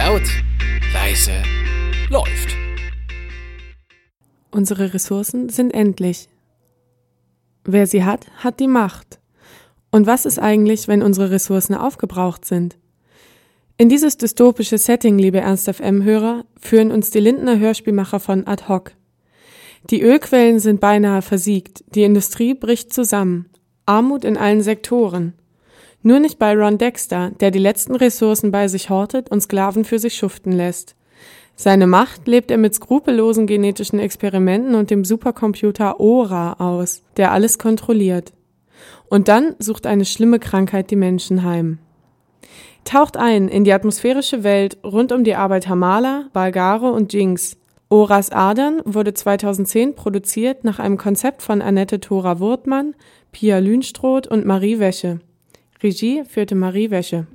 Laut, leise, läuft. Unsere Ressourcen sind endlich. Wer sie hat, hat die Macht. Und was ist eigentlich, wenn unsere Ressourcen aufgebraucht sind? In dieses dystopische Setting, liebe Ernst FM-Hörer, führen uns die Lindner Hörspielmacher von Ad hoc. Die Ölquellen sind beinahe versiegt, die Industrie bricht zusammen, Armut in allen Sektoren. Nur nicht bei Ron Dexter, der die letzten Ressourcen bei sich hortet und Sklaven für sich schuften lässt. Seine Macht lebt er mit skrupellosen genetischen Experimenten und dem Supercomputer Ora aus, der alles kontrolliert. Und dann sucht eine schlimme Krankheit die Menschen heim. Taucht ein in die atmosphärische Welt rund um die Arbeiter Marla, Balgare und Jinx. Oras Adern wurde 2010 produziert nach einem Konzept von Annette Thora-Wurtmann, Pia Lünstroth und Marie Wäsche. Regie führte Marie Wäsche.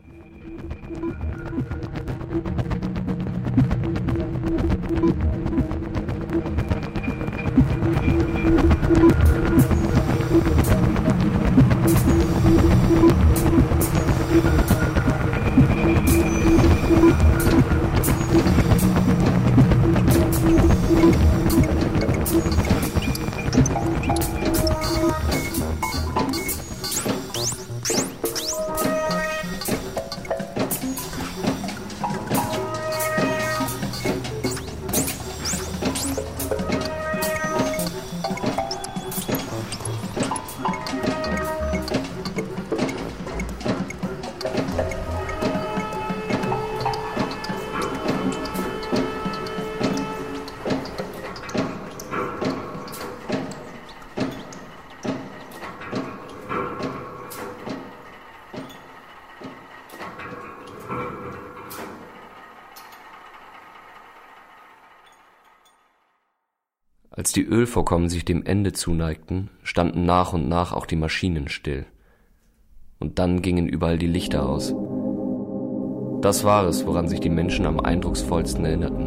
Als die Ölvorkommen sich dem Ende zuneigten, standen nach und nach auch die Maschinen still. Und dann gingen überall die Lichter aus. Das war es, woran sich die Menschen am eindrucksvollsten erinnerten.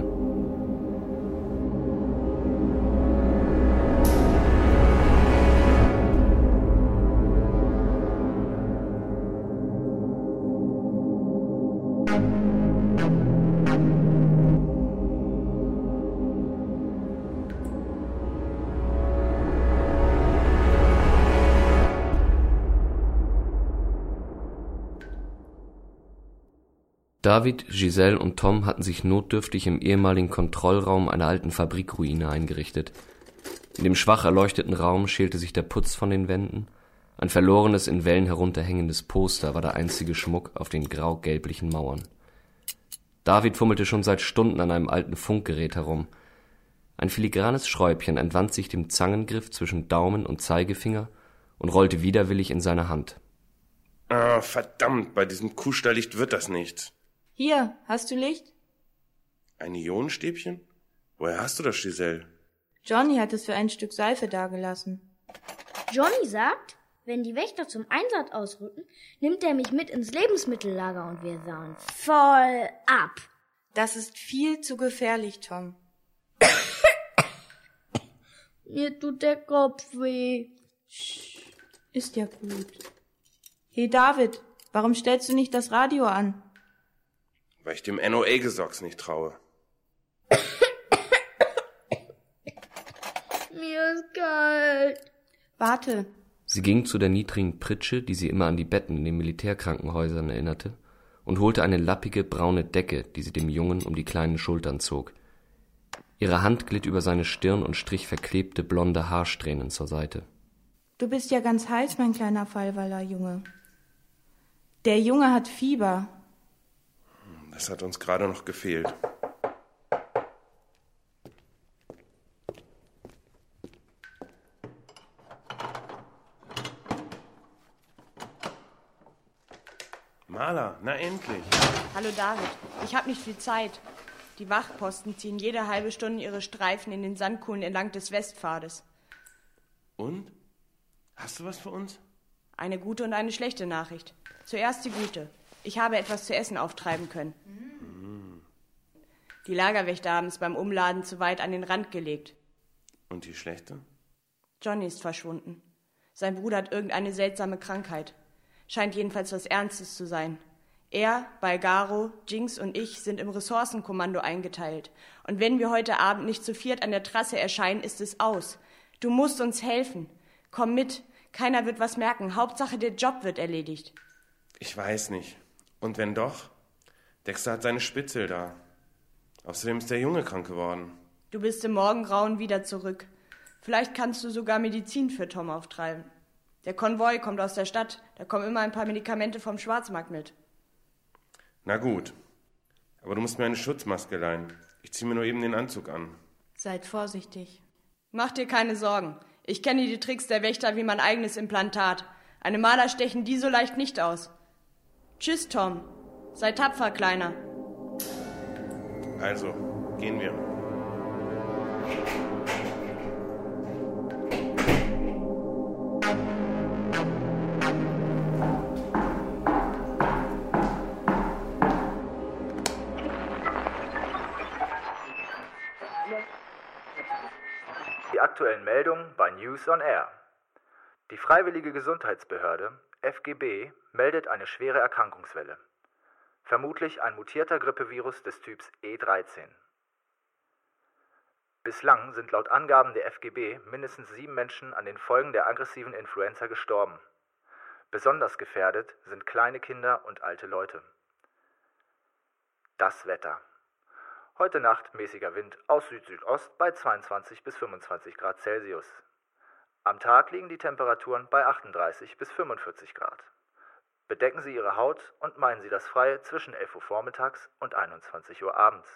David, Giselle und Tom hatten sich notdürftig im ehemaligen Kontrollraum einer alten Fabrikruine eingerichtet. In dem schwach erleuchteten Raum schälte sich der Putz von den Wänden. Ein verlorenes, in Wellen herunterhängendes Poster war der einzige Schmuck auf den grau-gelblichen Mauern. David fummelte schon seit Stunden an einem alten Funkgerät herum. Ein filigranes Schräubchen entwand sich dem Zangengriff zwischen Daumen und Zeigefinger und rollte widerwillig in seine Hand. Ah, verdammt, bei diesem Kuhstalllicht wird das nicht. Hier, hast du Licht? Ein Ionenstäbchen? Woher hast du das, Giselle? Johnny hat es für ein Stück Seife dagelassen. Johnny sagt, wenn die Wächter zum Einsatz ausrücken, nimmt er mich mit ins Lebensmittellager und wir sauen voll ab. Das ist viel zu gefährlich, Tom. Mir tut der Kopf weh. Ist ja gut. Hey David, warum stellst du nicht das Radio an? Weil ich dem NOA-Gesocks nicht traue. Mir ist kalt. Warte. Sie ging zu der niedrigen Pritsche, die sie immer an die Betten in den Militärkrankenhäusern erinnerte, und holte eine lappige, braune Decke, die sie dem Jungen um die kleinen Schultern zog. Ihre Hand glitt über seine Stirn und strich verklebte, blonde Haarsträhnen zur Seite. Du bist ja ganz heiß, mein kleiner Fallwaller Junge. Der Junge hat Fieber. Das hat uns gerade noch gefehlt. Marla, na endlich. Hallo David, ich habe nicht viel Zeit. Die Wachposten ziehen jede halbe Stunde ihre Streifen in den Sandkuhlen entlang des Westpfades. Und? Hast du was für uns? Eine gute und eine schlechte Nachricht. Zuerst die gute. Ich habe etwas zu essen auftreiben können. Die Lagerwächter haben es beim Umladen zu weit an den Rand gelegt. Und die schlechte? Johnny ist verschwunden. Sein Bruder hat irgendeine seltsame Krankheit. Scheint jedenfalls was Ernstes zu sein. Er, Balgaro, Jinx und ich sind im Ressourcenkommando eingeteilt. Und wenn wir heute Abend nicht zu viert an der Trasse erscheinen, ist es aus. Du musst uns helfen. Komm mit. Keiner wird was merken. Hauptsache, der Job wird erledigt. Ich weiß nicht. Und wenn doch? Dexter hat seine Spitzel da. Außerdem ist der Junge krank geworden. Du bist im Morgengrauen wieder zurück. Vielleicht kannst du sogar Medizin für Tom auftreiben. Der Konvoi kommt aus der Stadt. Da kommen immer ein paar Medikamente vom Schwarzmarkt mit. Na gut. Aber du musst mir eine Schutzmaske leihen. Ich ziehe mir nur eben den Anzug an. Seid vorsichtig. Mach dir keine Sorgen. Ich kenne die Tricks der Wächter wie mein eigenes Implantat. Eine Maler stechen die so leicht nicht aus. Tschüss, Tom. Sei tapfer, Kleiner. Also, gehen wir. Die aktuellen Meldungen bei News on Air. Die Freiwillige Gesundheitsbehörde, FGB, meldet eine schwere Erkrankungswelle. Vermutlich ein mutierter Grippevirus des Typs E13. Bislang sind laut Angaben der FGB mindestens 7 Menschen an den Folgen der aggressiven Influenza gestorben. Besonders gefährdet sind kleine Kinder und alte Leute. Das Wetter. Heute Nacht mäßiger Wind aus Süd-Südost bei 22 bis 25 Grad Celsius. Am Tag liegen die Temperaturen bei 38 bis 45 Grad. Bedecken Sie Ihre Haut und meiden Sie das Freie zwischen 11 Uhr vormittags und 21 Uhr abends.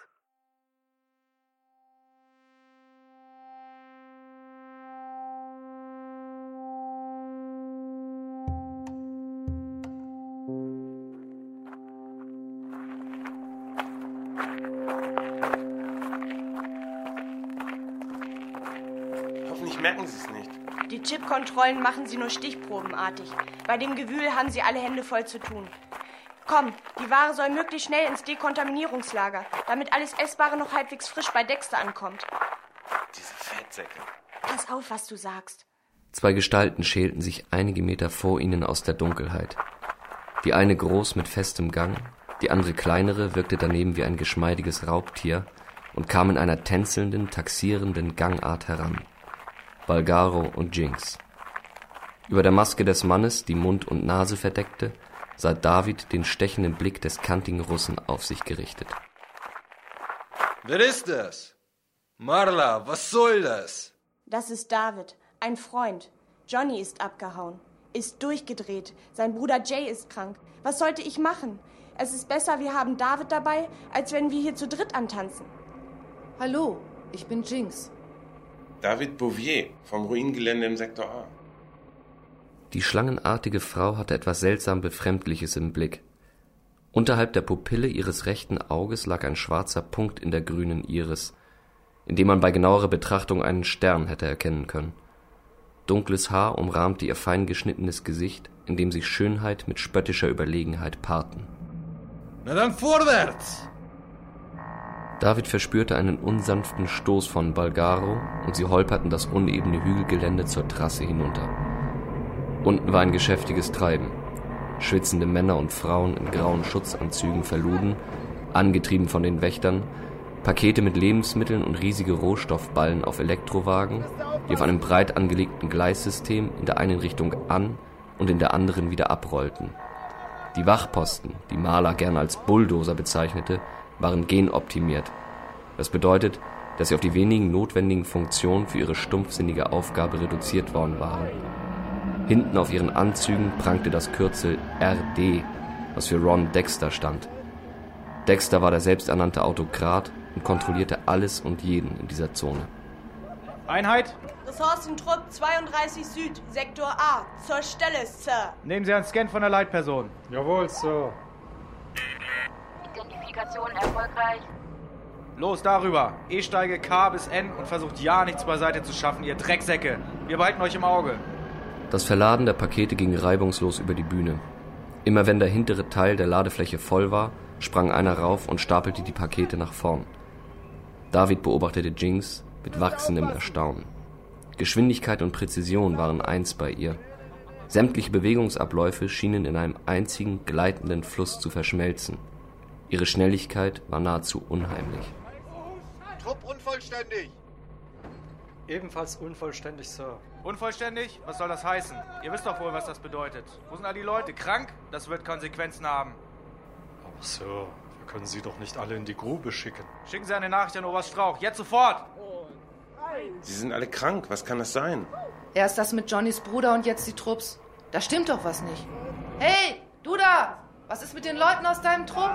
Hoffentlich merken Sie es nicht. Die Chipkontrollen machen sie nur stichprobenartig. Bei dem Gewühl haben sie alle Hände voll zu tun. Komm, die Ware soll möglichst schnell ins Dekontaminierungslager, damit alles Essbare noch halbwegs frisch bei Dexter ankommt. Diese Fettsäcke. Pass auf, was du sagst. 2 Gestalten schälten sich einige Meter vor ihnen aus der Dunkelheit. Die eine groß mit festem Gang, die andere kleinere wirkte daneben wie ein geschmeidiges Raubtier und kam in einer tänzelnden, taxierenden Gangart heran. Balgaro und Jinx. Über der Maske des Mannes, die Mund und Nase verdeckte, sah David den stechenden Blick des kantigen Russen auf sich gerichtet. Wer ist das? Marla, was soll das? Das ist David, ein Freund. Johnny ist abgehauen, ist durchgedreht. Sein Bruder Jay ist krank. Was sollte ich machen? Es ist besser, wir haben David dabei, als wenn wir hier zu dritt antanzen. Hallo, ich bin Jinx. David Bouvier vom Ruinengelände im Sektor A. Die schlangenartige Frau hatte etwas seltsam Befremdliches im Blick. Unterhalb der Pupille ihres rechten Auges lag ein schwarzer Punkt in der grünen Iris, in dem man bei genauerer Betrachtung einen Stern hätte erkennen können. Dunkles Haar umrahmte ihr fein geschnittenes Gesicht, in dem sich Schönheit mit spöttischer Überlegenheit paarten. Na dann vorwärts! David verspürte einen unsanften Stoß von Balgaro und sie holperten das unebene Hügelgelände zur Trasse hinunter. Unten war ein geschäftiges Treiben. Schwitzende Männer und Frauen in grauen Schutzanzügen verluden, angetrieben von den Wächtern, Pakete mit Lebensmitteln und riesige Rohstoffballen auf Elektrowagen, die auf einem breit angelegten Gleissystem in der einen Richtung an und in der anderen wieder abrollten. Die Wachposten, die Maler gern als Bulldozer bezeichnete, waren genoptimiert. Das bedeutet, dass sie auf die wenigen notwendigen Funktionen für ihre stumpfsinnige Aufgabe reduziert worden waren. Hinten auf ihren Anzügen prangte das Kürzel RD, was für Ron Dexter stand. Dexter war der selbsternannte Autokrat und kontrollierte alles und jeden in dieser Zone. Einheit? Ressourcentrupp 32 Süd, Sektor A. Zur Stelle, Sir. Nehmen Sie einen Scan von der Leitperson. Jawohl, Sir. Identifikation erfolgreich. Los, darüber. E-Steige K bis N und versucht ja nichts beiseite zu schaffen, ihr Drecksäcke. Wir behalten euch im Auge. Das Verladen der Pakete ging reibungslos über die Bühne. Immer wenn der hintere Teil der Ladefläche voll war, sprang einer rauf und stapelte die Pakete nach vorn. David beobachtete Jinx mit wachsendem Erstaunen. Geschwindigkeit und Präzision waren eins bei ihr. Sämtliche Bewegungsabläufe schienen in einem einzigen gleitenden Fluss zu verschmelzen. Ihre Schnelligkeit war nahezu unheimlich. Trupp unvollständig! Ebenfalls unvollständig, Sir. Unvollständig? Was soll das heißen? Ihr wisst doch wohl, was das bedeutet. Wo sind all die Leute? Krank? Das wird Konsequenzen haben. Aber Sir, wir können sie doch nicht alle in die Grube schicken. Schicken Sie eine Nachricht an Oberst Strauch. Jetzt sofort! Sie sind alle krank. Was kann das sein? Erst das mit Johnnys Bruder und jetzt die Trupps. Da stimmt doch was nicht. Hey, du da! Was ist mit den Leuten aus deinem Trupp?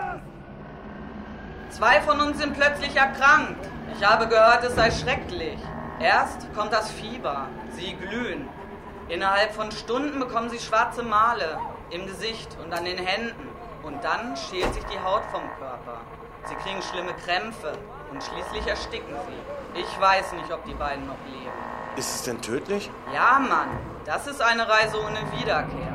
2 von uns sind plötzlich erkrankt. Ich habe gehört, es sei schrecklich. Erst kommt das Fieber. Sie glühen. Innerhalb von Stunden bekommen sie schwarze Male im Gesicht und an den Händen. Und dann schält sich die Haut vom Körper. Sie kriegen schlimme Krämpfe und schließlich ersticken sie. Ich weiß nicht, ob die beiden noch leben. Ist es denn tödlich? Ja, Mann. Das ist eine Reise ohne Wiederkehr.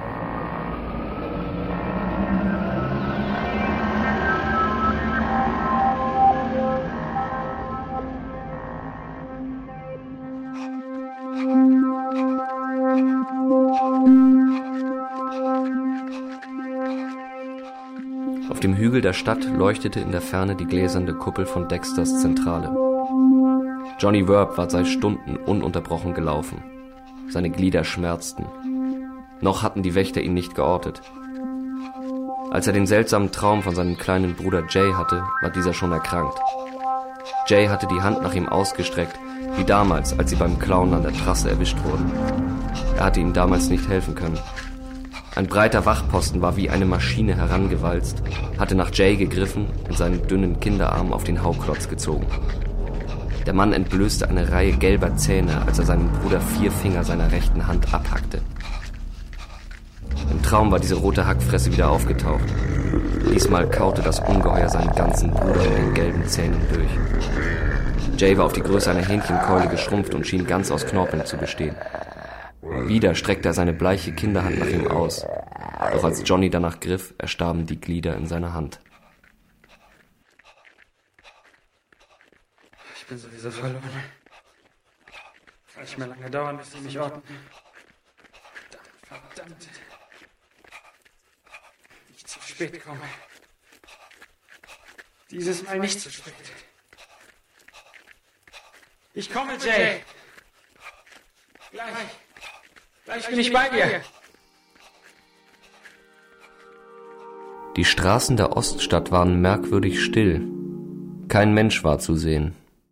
Auf dem Hügel der Stadt leuchtete in der Ferne die gläserne Kuppel von Dexters Zentrale. Johnny Verb war seit Stunden ununterbrochen gelaufen. Seine Glieder schmerzten. Noch hatten die Wächter ihn nicht geortet. Als er den seltsamen Traum von seinem kleinen Bruder Jay hatte, war dieser schon erkrankt. Jay hatte die Hand nach ihm ausgestreckt, wie damals, als sie beim Klauen an der Trasse erwischt wurden. Er hatte ihm damals nicht helfen können. Ein breiter Wachposten war wie eine Maschine herangewalzt, hatte nach Jay gegriffen und seinen dünnen Kinderarm auf den Hauklotz gezogen. Der Mann entblößte eine Reihe gelber Zähne, als er seinem Bruder 4 Finger seiner rechten Hand abhackte. Im Traum war diese rote Hackfresse wieder aufgetaucht. Diesmal kaute das Ungeheuer seinen ganzen Bruder mit den gelben Zähnen durch. Jay war auf die Größe einer Hähnchenkeule geschrumpft und schien ganz aus Knorpeln zu bestehen. Wieder streckte er seine bleiche Kinderhand nach ihm aus. Doch als Johnny danach griff, erstarben die Glieder in seiner Hand. Ich bin sowieso verloren. Kann nicht mehr lange dauern, bis sie mich orten. Verdammt. Nicht zu spät komme. Dieses Mal nicht zu spät. Ich komme, Jay. Gleich bin ich bei dir. Die Straßen der Oststadt waren merkwürdig still. Kein Mensch war zu sehen.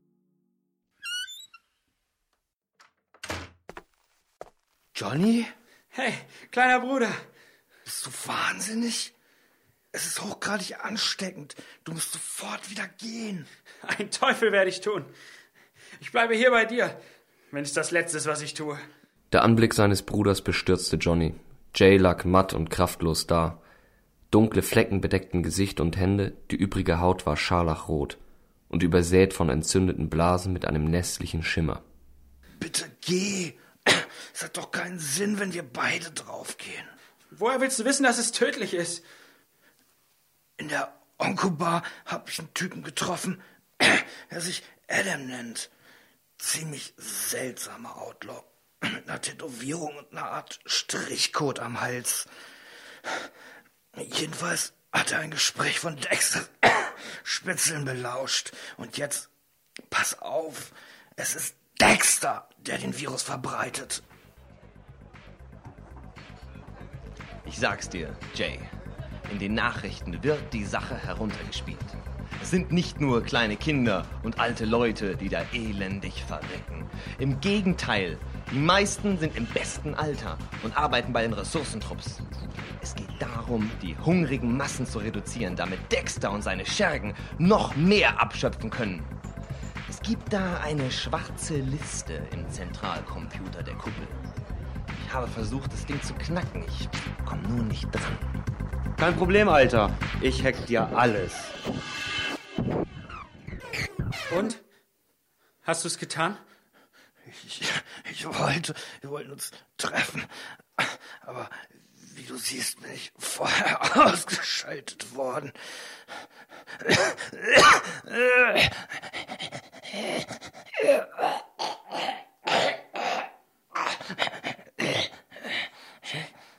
Johnny? Hey, kleiner Bruder. Bist du wahnsinnig? Es ist hochgradig ansteckend. Du musst sofort wieder gehen. Ein Teufel werde ich tun. Ich bleibe hier bei dir, wenn es das Letzte ist, was ich tue. Der Anblick seines Bruders bestürzte Johnny. Jay lag matt und kraftlos da. Dunkle Flecken bedeckten Gesicht und Hände, die übrige Haut war scharlachrot und übersät von entzündeten Blasen mit einem nässlichen Schimmer. Bitte geh. Es hat doch keinen Sinn, wenn wir beide draufgehen. Woher willst du wissen, dass es tödlich ist? In der Onko-Bar habe ich einen Typen getroffen, der sich Adam nennt. Ziemlich seltsamer Outlaw. Mit einer Tätowierung und einer Art Strichcode am Hals. Jedenfalls hat er ein Gespräch von Dexter Spitzeln belauscht. Und jetzt, pass auf, es ist Dexter, der den Virus verbreitet. Ich sag's dir, Jay. In den Nachrichten wird die Sache heruntergespielt. Es sind nicht nur kleine Kinder und alte Leute, die da elendig verrecken. Im Gegenteil, die meisten sind im besten Alter und arbeiten bei den Ressourcentrupps. Es geht darum, die hungrigen Massen zu reduzieren, damit Dexter und seine Schergen noch mehr abschöpfen können. Es gibt da eine schwarze Liste im Zentralcomputer der Kuppel. Ich habe versucht, das Ding zu knacken. Ich komme nur nicht dran. Kein Problem, Alter. Ich hack dir alles. Und? Hast du es getan? Wir wollten uns treffen. Aber wie du siehst, bin ich vorher ausgeschaltet worden.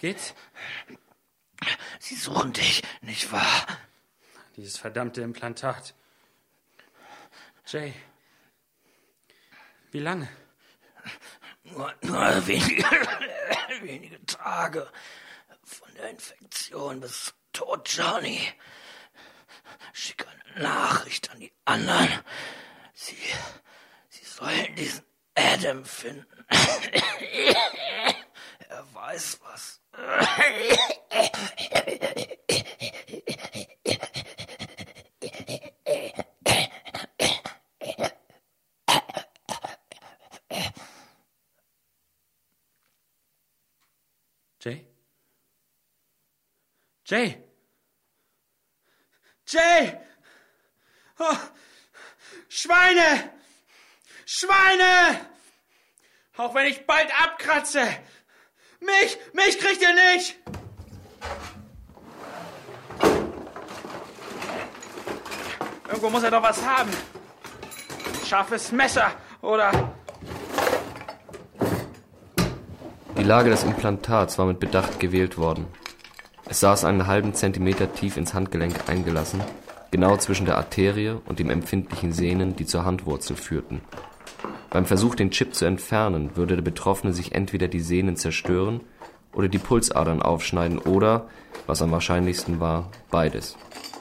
geht's? Sie suchen dich, nicht wahr? Dieses verdammte Implantat. Jay, wie lange? Nur wenige Tage. Von der Infektion bis Tod, Johnny. Schick eine Nachricht an die anderen. Sie sollen diesen Adam finden. Er weiß was. Jay? Jay! Jay! Oh, Schweine! Schweine! Auch wenn ich bald abkratze! Mich kriegt ihr nicht! Irgendwo muss er doch was haben. Ein scharfes Messer oder... Die Lage des Implantats war mit Bedacht gewählt worden. Es saß einen halben Zentimeter tief ins Handgelenk eingelassen, genau zwischen der Arterie und den empfindlichen Sehnen, die zur Handwurzel führten. Beim Versuch, den Chip zu entfernen, würde der Betroffene sich entweder die Sehnen zerstören oder die Pulsadern aufschneiden oder, was am wahrscheinlichsten war, beides.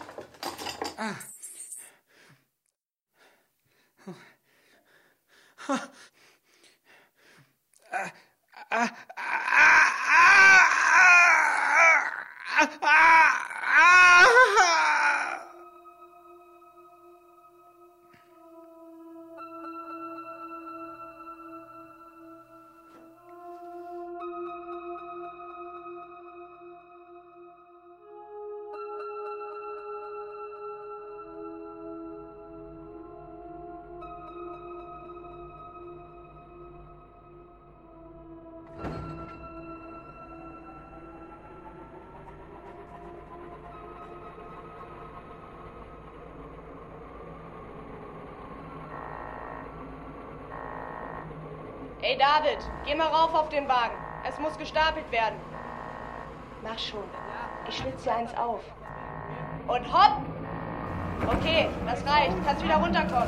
Ey David, geh mal rauf auf den Wagen. Es muss gestapelt werden. Mach schon. Ich schlitz dir eins auf. Und hopp! Okay, das reicht. Kannst wieder runterkommen.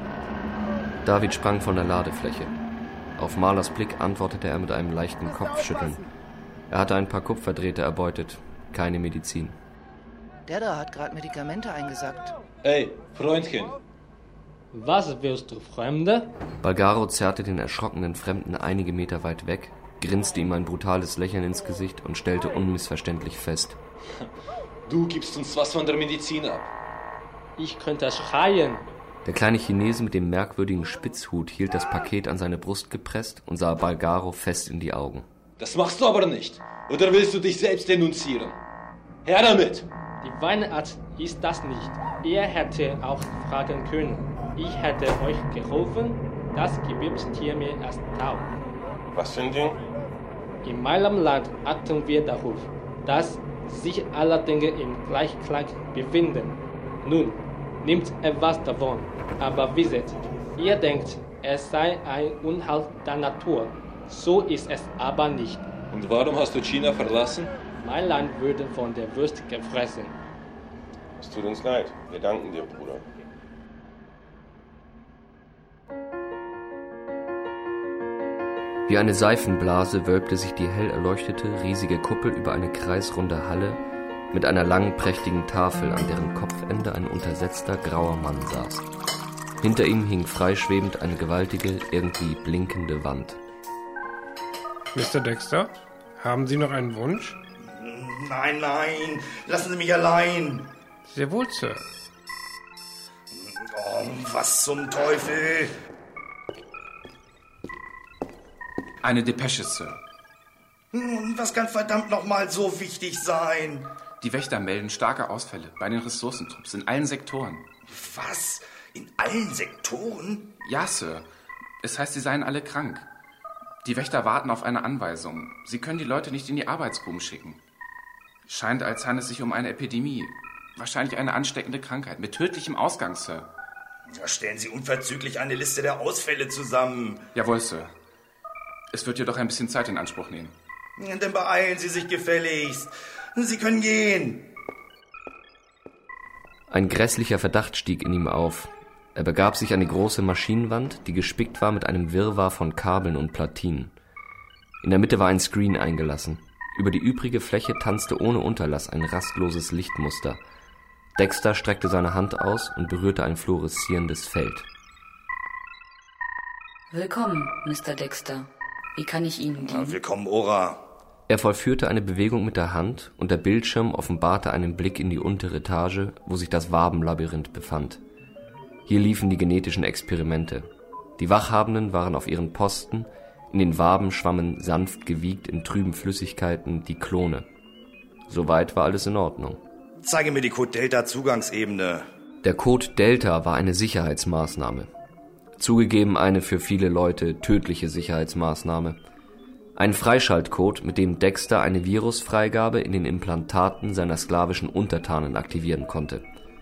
David sprang von der Ladefläche. Auf Marlers Blick antwortete er mit einem leichten Kopfschütteln. Er hatte ein paar Kupferdrähte erbeutet, keine Medizin. Der da hat gerade Medikamente eingesackt. Ey, Freundchen. Was willst du, Fremde? Balgaro zerrte den erschrockenen Fremden einige Meter weit weg, grinste ihm ein brutales Lächeln ins Gesicht und stellte unmissverständlich fest: Du gibst uns was von der Medizin ab. Ich könnte schreien. Der kleine Chinese mit dem merkwürdigen Spitzhut hielt das Paket an seine Brust gepresst und sah Balgaro fest in die Augen. Das machst du aber nicht. Oder willst du dich selbst denunzieren? Her damit! Die Weinarzt ist das nicht. Er hätte auch fragen können. Ich hätte euch geholfen, das Gewebstier mir erst taugt. Was für ein Ding? In meinem Land achten wir darauf, dass sich alle Dinge im Gleichklang befinden. Nun, nehmt etwas davon, aber wisset, ihr denkt, es sei ein Unheil der Natur. So ist es aber nicht. Und warum hast du China verlassen? Mein Land würde von der Wurst gefressen. Es tut uns leid. Wir danken dir, Bruder. Wie eine Seifenblase wölbte sich die hell erleuchtete, riesige Kuppel über eine kreisrunde Halle mit einer langen, prächtigen Tafel, an deren Kopfende ein untersetzter, grauer Mann saß. Hinter ihm hing freischwebend eine gewaltige, irgendwie blinkende Wand. Mr. Dexter, haben Sie noch einen Wunsch? Nein, lassen Sie mich allein. Sehr wohl, Sir. Oh, was zum Teufel? Eine Depesche, Sir. Was kann verdammt nochmal so wichtig sein? Die Wächter melden starke Ausfälle bei den Ressourcentrupps in allen Sektoren. Was? In allen Sektoren? Ja, Sir. Es heißt, sie seien alle krank. Die Wächter warten auf eine Anweisung. Sie können die Leute nicht in die Arbeitsgruppen schicken. Scheint, als handelt es sich um eine Epidemie. Wahrscheinlich eine ansteckende Krankheit mit tödlichem Ausgang, Sir. Da stellen Sie unverzüglich eine Liste der Ausfälle zusammen. Jawohl, Sir. Es wird jedoch ein bisschen Zeit in Anspruch nehmen. Dann beeilen Sie sich gefälligst. Sie können gehen. Ein grässlicher Verdacht stieg in ihm auf. Er begab sich an die große Maschinenwand, die gespickt war mit einem Wirrwarr von Kabeln und Platinen. In der Mitte war ein Screen eingelassen. Über die übrige Fläche tanzte ohne Unterlass ein rastloses Lichtmuster. Dexter streckte seine Hand aus und berührte ein fluoreszierendes Feld. Willkommen, Mr. Dexter. Wie kann ich Ihnen dienen? Willkommen, Ora. Er vollführte eine Bewegung mit der Hand und der Bildschirm offenbarte einen Blick in die untere Etage, wo sich das Wabenlabyrinth befand. Hier liefen die genetischen Experimente. Die Wachhabenden waren auf ihren Posten, in den Waben schwammen sanft gewiegt in trüben Flüssigkeiten die Klone. Soweit war alles in Ordnung. Zeige mir die Code-Delta-Zugangsebene. Der Code Delta war eine Sicherheitsmaßnahme. Zugegeben eine für viele Leute tödliche Sicherheitsmaßnahme. Ein Freischaltcode, mit dem Dexter eine Virusfreigabe in den Implantaten seiner sklavischen Untertanen aktivieren konnte.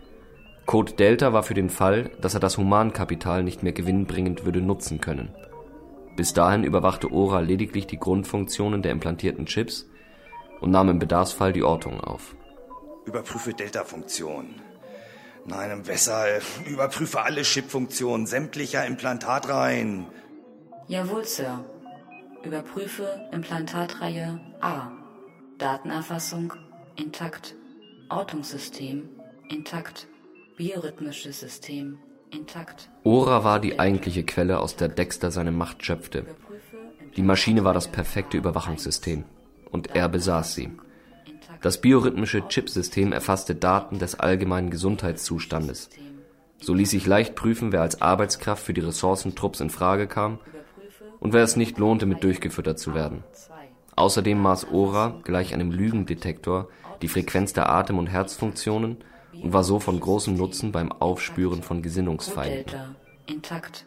Code Delta war für den Fall, dass er das Humankapital nicht mehr gewinnbringend würde nutzen können. Bis dahin überwachte Ora lediglich die Grundfunktionen der implantierten Chips und nahm im Bedarfsfall die Ortung auf. Überprüfe Delta-Funktion. Nein, besser, überprüfe alle Chip-Funktionen sämtlicher Implantatreihen. Jawohl, Sir. Überprüfe Implantatreihe A. Datenerfassung intakt. Ortungssystem intakt. Biorhythmisches System intakt. Ora war die eigentliche Quelle, aus der Dexter seine Macht schöpfte. Die Maschine war das perfekte Überwachungssystem. Und er besaß sie. Das biorhythmische Chipsystem erfasste Daten des allgemeinen Gesundheitszustandes. So ließ sich leicht prüfen, wer als Arbeitskraft für die Ressourcentrupps in Frage kam und wer es nicht lohnte, mit durchgefüttert zu werden. Außerdem maß Ora, gleich einem Lügendetektor, die Frequenz der Atem- und Herzfunktionen und war so von großem Nutzen beim Aufspüren von Gesinnungsfeinden. Delta intakt.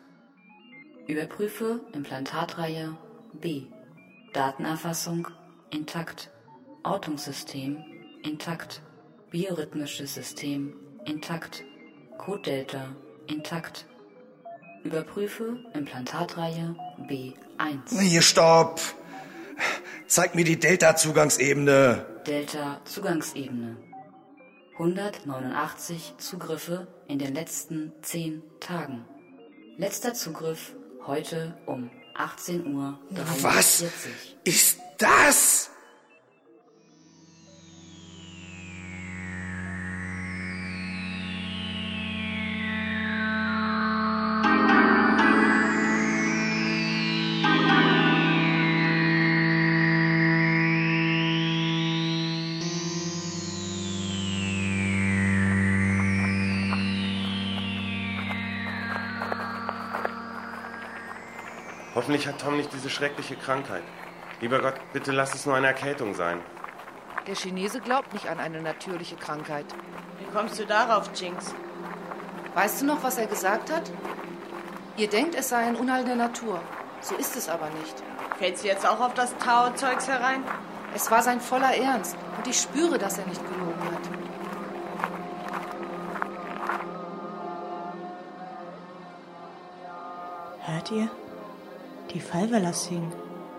Überprüfe Implantatreihe B. Datenerfassung intakt. Ortungssystem intakt. Biorhythmisches System intakt. Code Delta intakt. Überprüfe Implantatreihe B1. Hier, stopp! Zeig mir die Delta-Zugangsebene. Delta-Zugangsebene. 189 Zugriffe in den letzten 10 Tagen. Letzter Zugriff heute um 18:43 Uhr. Was ist das? Hoffentlich hat Tom nicht diese schreckliche Krankheit. Lieber Gott, bitte lass es nur eine Erkältung sein. Der Chinese glaubt nicht an eine natürliche Krankheit. Wie kommst du darauf, Jinx? Weißt du noch, was er gesagt hat? Ihr denkt, es sei ein Unheil der Natur. So ist es aber nicht. Fällst du jetzt auch auf das Tao-Zeugs herein? Es war sein voller Ernst und ich spüre, dass er nicht gelogen hat. Hört ihr? Die Fallwäller singen.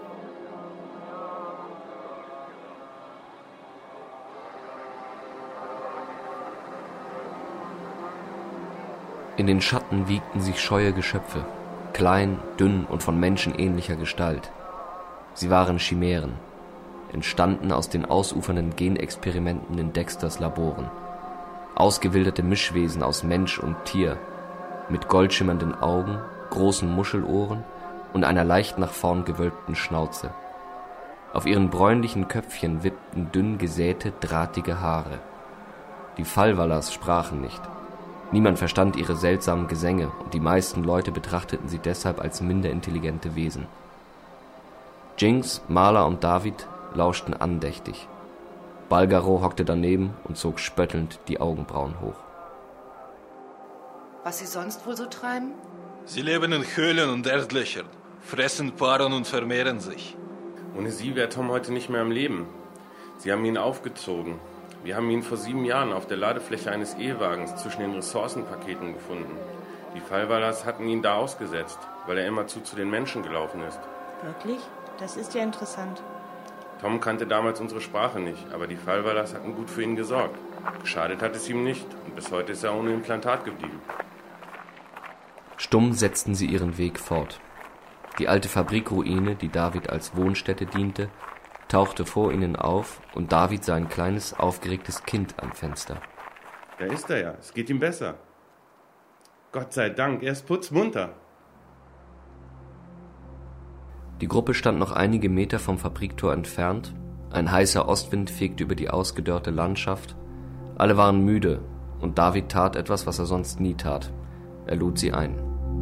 In den Schatten wiegten sich scheue Geschöpfe, klein, dünn und von menschenähnlicher Gestalt. Sie waren Chimären, entstanden aus den ausufernden Genexperimenten in Dexters Laboren. Ausgewilderte Mischwesen aus Mensch und Tier, mit goldschimmernden Augen, großen Muschelohren und einer leicht nach vorn gewölbten Schnauze. Auf ihren bräunlichen Köpfchen wippten dünn gesäte, drahtige Haare. Die Fallwallers sprachen nicht. Niemand verstand ihre seltsamen Gesänge und die meisten Leute betrachteten sie deshalb als minder intelligente Wesen. Jinx, Marla und David lauschten andächtig. Balgaro hockte daneben und zog spöttelnd die Augenbrauen hoch. Was sie sonst wohl so treiben? Sie leben in Höhlen und Erdlöchern, fressen, paaren und vermehren sich. Ohne sie wäre Tom heute nicht mehr am Leben. Sie haben ihn aufgezogen. Wir haben ihn vor 7 Jahren auf der Ladefläche eines E-Wagens zwischen den Ressourcenpaketen gefunden. Die Fallwallers hatten ihn da ausgesetzt, weil er immerzu zu den Menschen gelaufen ist. Wirklich? Das ist ja interessant. Tom kannte damals unsere Sprache nicht, aber die Fallwallers hatten gut für ihn gesorgt. Geschadet hat es ihm nicht und bis heute ist er ohne Implantat geblieben. Stumm setzten sie ihren Weg fort. Die alte Fabrikruine, die David als Wohnstätte diente, tauchte vor ihnen auf und David sah ein kleines, aufgeregtes Kind am Fenster. Da ist er ja, es geht ihm besser. Gott sei Dank, er ist putzmunter. Die Gruppe stand noch einige Meter vom Fabriktor entfernt. Ein heißer Ostwind fegte über die ausgedörrte Landschaft. Alle waren müde und David tat etwas, was er sonst nie tat. Er lud sie ein.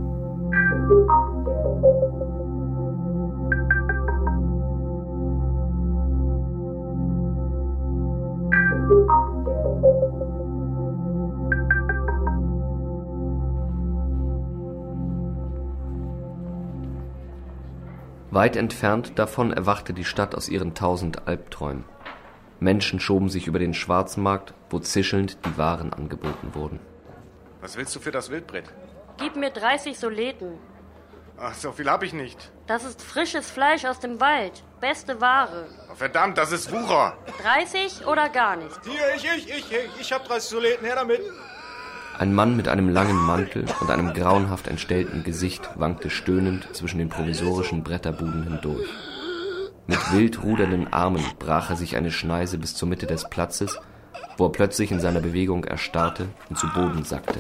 Weit entfernt davon erwachte die Stadt aus ihren 1000 Albträumen. Menschen schoben sich über den Schwarzmarkt, wo zischelnd die Waren angeboten wurden. Was willst du für das Wildbrett? Gib mir 30 Soleten. Ach, so viel hab ich nicht. Das ist frisches Fleisch aus dem Wald. Beste Ware. Oh, verdammt, das ist Wucher. 30 oder gar nicht? Hier, ich hab 30 Soleten, her damit. Ein Mann mit einem langen Mantel und einem grauenhaft entstellten Gesicht wankte stöhnend zwischen den provisorischen Bretterbuden hindurch. Mit wild rudernden Armen brach er sich eine Schneise bis zur Mitte des Platzes, wo er plötzlich in seiner Bewegung erstarrte und zu Boden sackte.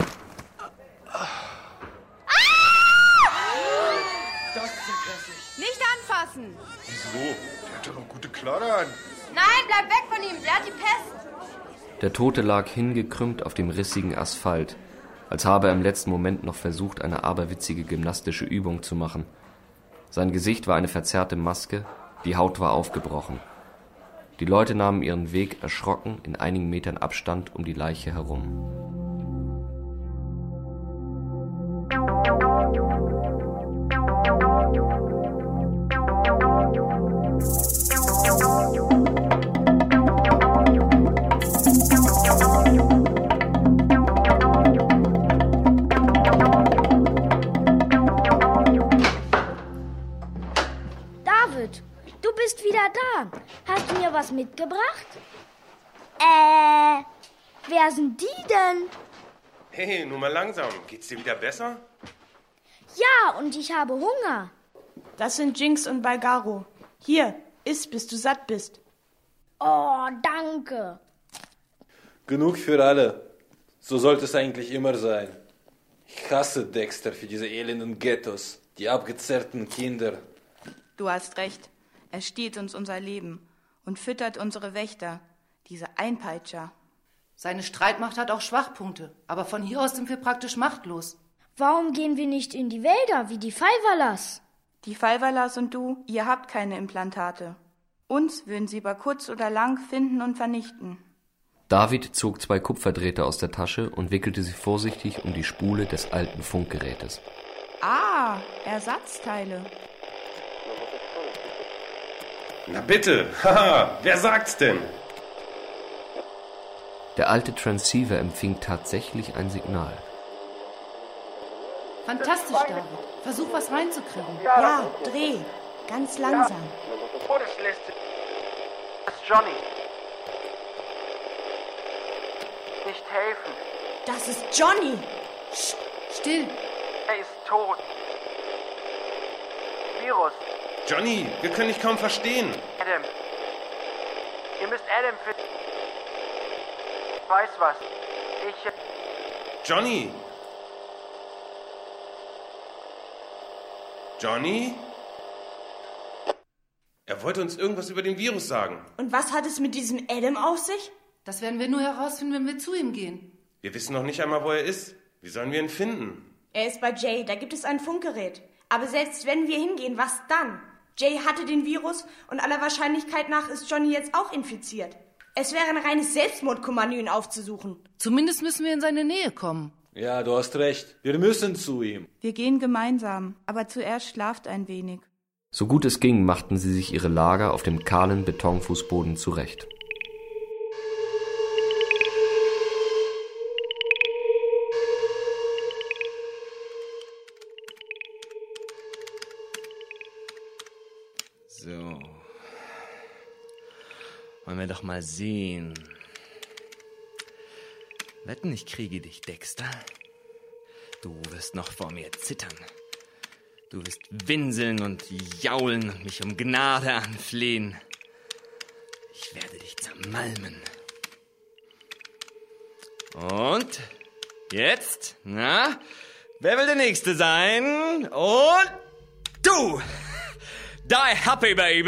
Das ist ja grässlich. Nicht anfassen! Wieso? Der hat doch noch gute Kleider an. Nein, bleib weg von ihm, der hat die Pest! Der Tote lag hingekrümmt auf dem rissigen Asphalt, als habe er im letzten Moment noch versucht, eine aberwitzige gymnastische Übung zu machen. Sein Gesicht war eine verzerrte Maske, die Haut war aufgebrochen. Die Leute nahmen ihren Weg erschrocken in einigen Metern Abstand um die Leiche herum. David, du bist wieder da. Hast du mir was mitgebracht? Wer sind die denn? Hey, nur mal langsam. Geht's dir wieder besser? Ja, und ich habe Hunger. Das sind Jinx und Balgaro. Hier, iss, bis du satt bist. Oh, danke. Genug für alle. So sollte es eigentlich immer sein. Ich hasse Dexter für diese elenden Ghettos, die abgezerrten Kinder. Du hast recht. Er stiehlt uns unser Leben und füttert unsere Wächter, diese Einpeitscher. Seine Streitmacht hat auch Schwachpunkte, aber von hier aus sind wir praktisch machtlos. Warum gehen wir nicht in die Wälder wie die Fallwallers? Die Fallwallers und du, ihr habt keine Implantate. Uns würden sie über kurz oder lang finden und vernichten. David zog 2 Kupferdrähte aus der Tasche und wickelte sie vorsichtig um die Spule des alten Funkgerätes. Ah, Ersatzteile. Na bitte, haha, wer sagt's denn? Der alte Transceiver empfing tatsächlich ein Signal. Fantastisch, David. Versuch, was reinzukriegen. Ja, dreh. Ganz langsam. Todesliste. Das ist Johnny. Nicht helfen. Das ist Johnny. Still. Er ist tot. Virus. Johnny, wir können dich kaum verstehen. Adam. Ihr müsst Adam finden. Ich weiß was. Johnny! Johnny? Er wollte uns irgendwas über den Virus sagen. Und was hat es mit diesem Adam auf sich? Das werden wir nur herausfinden, wenn wir zu ihm gehen. Wir wissen noch nicht einmal, wo er ist. Wie sollen wir ihn finden? Er ist bei Jay, da gibt es ein Funkgerät. Aber selbst wenn wir hingehen, was dann? Jay hatte den Virus und aller Wahrscheinlichkeit nach ist Johnny jetzt auch infiziert. Es wäre ein reines Selbstmordkommando, ihn aufzusuchen. Zumindest müssen wir in seine Nähe kommen. Ja, du hast recht. Wir müssen zu ihm. Wir gehen gemeinsam, aber zuerst schlaft ein wenig. So gut es ging, machten sie sich ihre Lager auf dem kahlen Betonfußboden zurecht. So. Wollen wir doch mal sehen. Wetten, ich kriege dich, Dexter. Du wirst noch vor mir zittern. Du wirst winseln und jaulen und mich um Gnade anflehen. Ich werde dich zermalmen. Und jetzt, na, wer will der Nächste sein? Und du! Die happy, baby!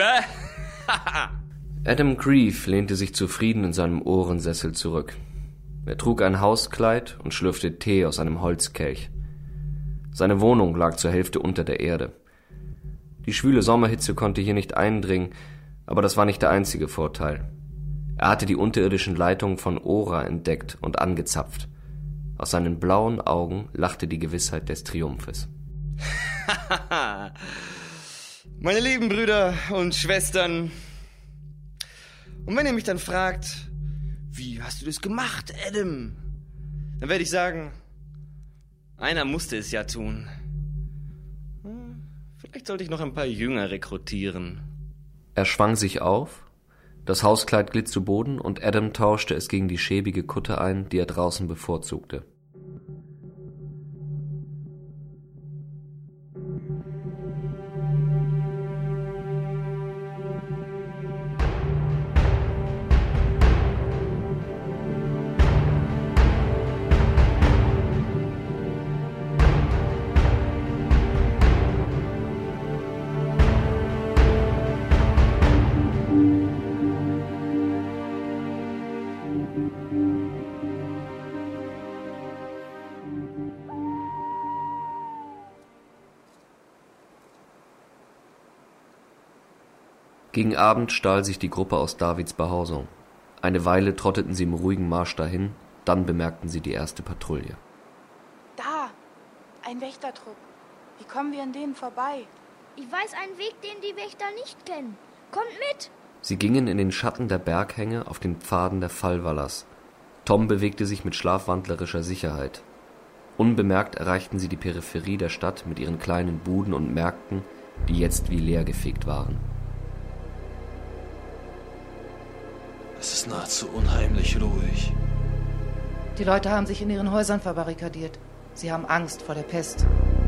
Adam Grieve lehnte sich zufrieden in seinem Ohrensessel zurück. Er trug ein Hauskleid und schlürfte Tee aus einem Holzkelch. Seine Wohnung lag zur Hälfte unter der Erde. Die schwüle Sommerhitze konnte hier nicht eindringen, aber das war nicht der einzige Vorteil. Er hatte die unterirdischen Leitungen von Ora entdeckt und angezapft. Aus seinen blauen Augen lachte die Gewissheit des Triumphes. Meine lieben Brüder und Schwestern, und wenn ihr mich dann fragt, wie hast du das gemacht, Adam? Dann werde ich sagen, einer musste es ja tun. Vielleicht sollte ich noch ein paar Jünger rekrutieren. Er schwang sich auf, das Hauskleid glitt zu Boden und Adam tauschte es gegen die schäbige Kutte ein, die er draußen bevorzugte. Gegen Abend stahl sich die Gruppe aus Davids Behausung. Eine Weile trotteten sie im ruhigen Marsch dahin, dann bemerkten sie die erste Patrouille. Da, ein Wächtertrupp. Wie kommen wir an denen vorbei? Ich weiß einen Weg, den die Wächter nicht kennen. Kommt mit! Sie gingen in den Schatten der Berghänge auf den Pfaden der Fallwallers. Tom bewegte sich mit schlafwandlerischer Sicherheit. Unbemerkt erreichten sie die Peripherie der Stadt mit ihren kleinen Buden und Märkten, die jetzt wie leergefegt waren. Es ist nahezu unheimlich ruhig. Die Leute haben sich in ihren Häusern verbarrikadiert. Sie haben Angst vor der Pest.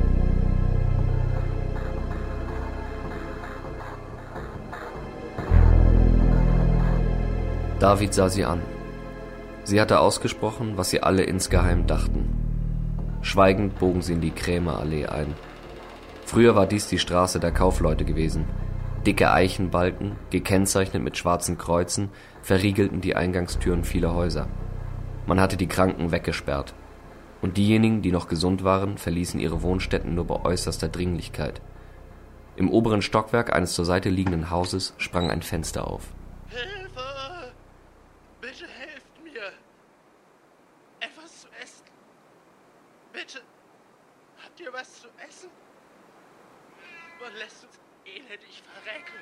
David sah sie an. Sie hatte ausgesprochen, was sie alle insgeheim dachten. Schweigend bogen sie in die Krämerallee ein. Früher war dies die Straße der Kaufleute gewesen. Dicke Eichenbalken, gekennzeichnet mit schwarzen Kreuzen, verriegelten die Eingangstüren vieler Häuser. Man hatte die Kranken weggesperrt. Und diejenigen, die noch gesund waren, verließen ihre Wohnstätten nur bei äußerster Dringlichkeit. Im oberen Stockwerk eines zur Seite liegenden Hauses sprang ein Fenster auf. Hilfe! Bitte helft mir! Etwas zu essen! Bitte! Habt ihr was zu essen? Man lässt uns elendig verrecken.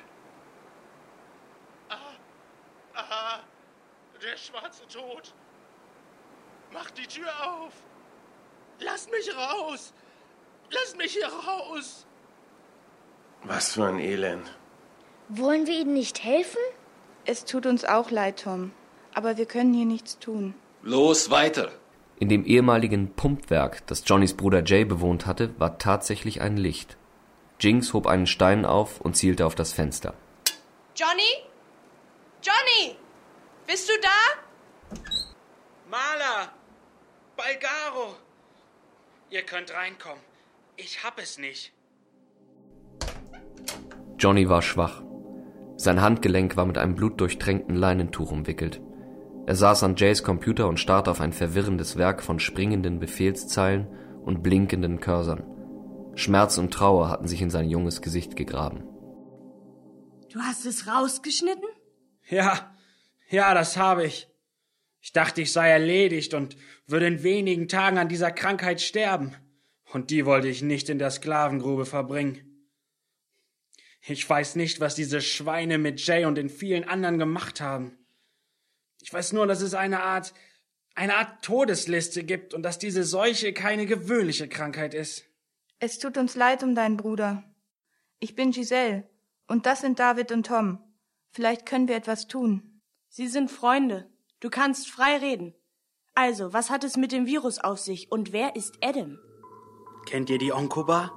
Der schwarze Tod. Macht die Tür auf. Lasst mich raus. Lasst mich hier raus. Was für ein Elend. Wollen wir ihnen nicht helfen? Es tut uns auch leid, Tom. Aber wir können hier nichts tun. Los, weiter! In dem ehemaligen Pumpwerk, das Johnnys Bruder Jay bewohnt hatte, war tatsächlich ein Licht. Jinx hob einen Stein auf und zielte auf das Fenster. Johnny? Johnny! Bist du da? Marla! Balgaro! Ihr könnt reinkommen. Ich hab es nicht. Johnny war schwach. Sein Handgelenk war mit einem blutdurchtränkten Leinentuch umwickelt. Er saß an Jays Computer und starrte auf ein verwirrendes Werk von springenden Befehlszeilen und blinkenden Cursern. Schmerz und Trauer hatten sich in sein junges Gesicht gegraben. Du hast es rausgeschnitten? Ja, das habe ich. Ich dachte, ich sei erledigt und würde in wenigen Tagen an dieser Krankheit sterben. Und die wollte ich nicht in der Sklavengrube verbringen. Ich weiß nicht, was diese Schweine mit Jay und den vielen anderen gemacht haben. Ich weiß nur, dass es eine Art Todesliste gibt und dass diese Seuche keine gewöhnliche Krankheit ist. Es tut uns leid um deinen Bruder. Ich bin Giselle und das sind David und Tom. Vielleicht können wir etwas tun. Sie sind Freunde. Du kannst frei reden. Also, was hat es mit dem Virus auf sich und wer ist Adam? Kennt ihr die Onkoba?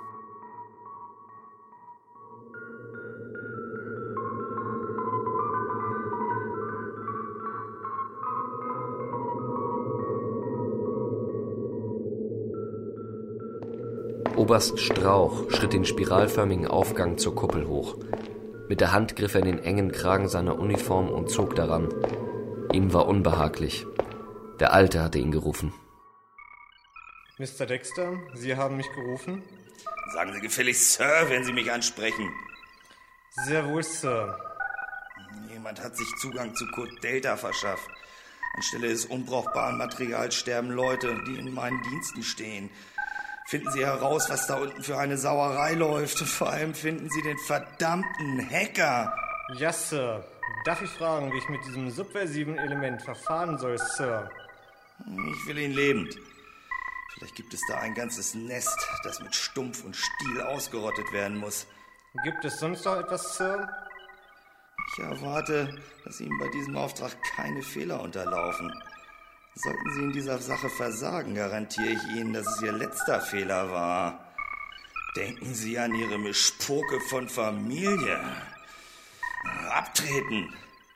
Oberst Strauch schritt den spiralförmigen Aufgang zur Kuppel hoch. Mit der Hand griff er in den engen Kragen seiner Uniform und zog daran. Ihm war unbehaglich. Der Alte hatte ihn gerufen. Mr. Dexter, Sie haben mich gerufen? Sagen Sie gefälligst Sir, wenn Sie mich ansprechen. Sehr wohl, Sir. Jemand hat sich Zugang zu Code Delta verschafft. Anstelle des unbrauchbaren Materials sterben Leute, die in meinen Diensten stehen. Finden Sie heraus, was da unten für eine Sauerei läuft. Und vor allem finden Sie den verdammten Hacker. Ja, Sir. Darf ich fragen, wie ich mit diesem subversiven Element verfahren soll, Sir? Ich will ihn lebend. Vielleicht gibt es da ein ganzes Nest, das mit Stumpf und Stiel ausgerottet werden muss. Gibt es sonst noch etwas, Sir? Ich erwarte, dass Ihnen bei diesem Auftrag keine Fehler unterlaufen. Sollten Sie in dieser Sache versagen, garantiere ich Ihnen, dass es Ihr letzter Fehler war. Denken Sie an Ihre Mischpoke von Familie. Abtreten!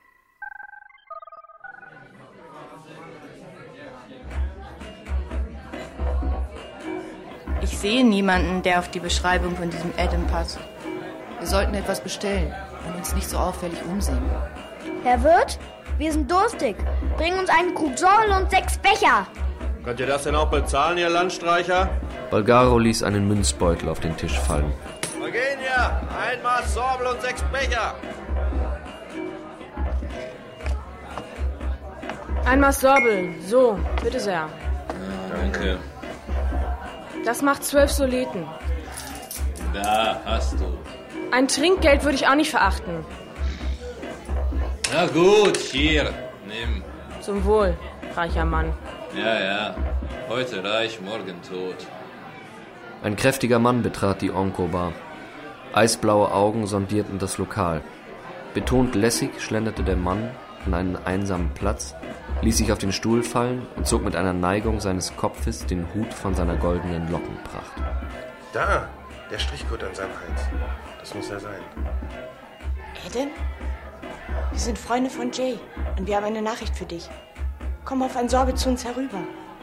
Ich sehe niemanden, der auf die Beschreibung von diesem Adam passt. Wir sollten etwas bestellen und uns nicht so auffällig umsehen. Herr Wirt, wir sind durstig. Bring uns einen Krug Sorgel und 6 Becher. Könnt ihr das denn auch bezahlen, ihr Landstreicher? Balgaro ließ einen Münzbeutel auf den Tisch fallen. Wir gehen ja! Ein Maß Sorbel und 6 Becher! Ein Maß Sorbel. So, bitte sehr. Danke. Das macht 12 Soliten. Da hast du. Ein Trinkgeld würde ich auch nicht verachten. Na gut, hier, nimm. Zum Wohl, reicher Mann. Ja, heute reich, morgen tot. Ein kräftiger Mann betrat die Onko-Bar. Eisblaue Augen sondierten das Lokal. Betont lässig schlenderte der Mann an einen einsamen Platz, ließ sich auf den Stuhl fallen und zog mit einer Neigung seines Kopfes den Hut von seiner goldenen Lockenpracht. Da, der Strichgurt an seinem Hals. Das muss er sein. Adam? Wir sind Freunde von Jay und wir haben eine Nachricht für dich. Komm auf ein Sorbet zu uns herüber.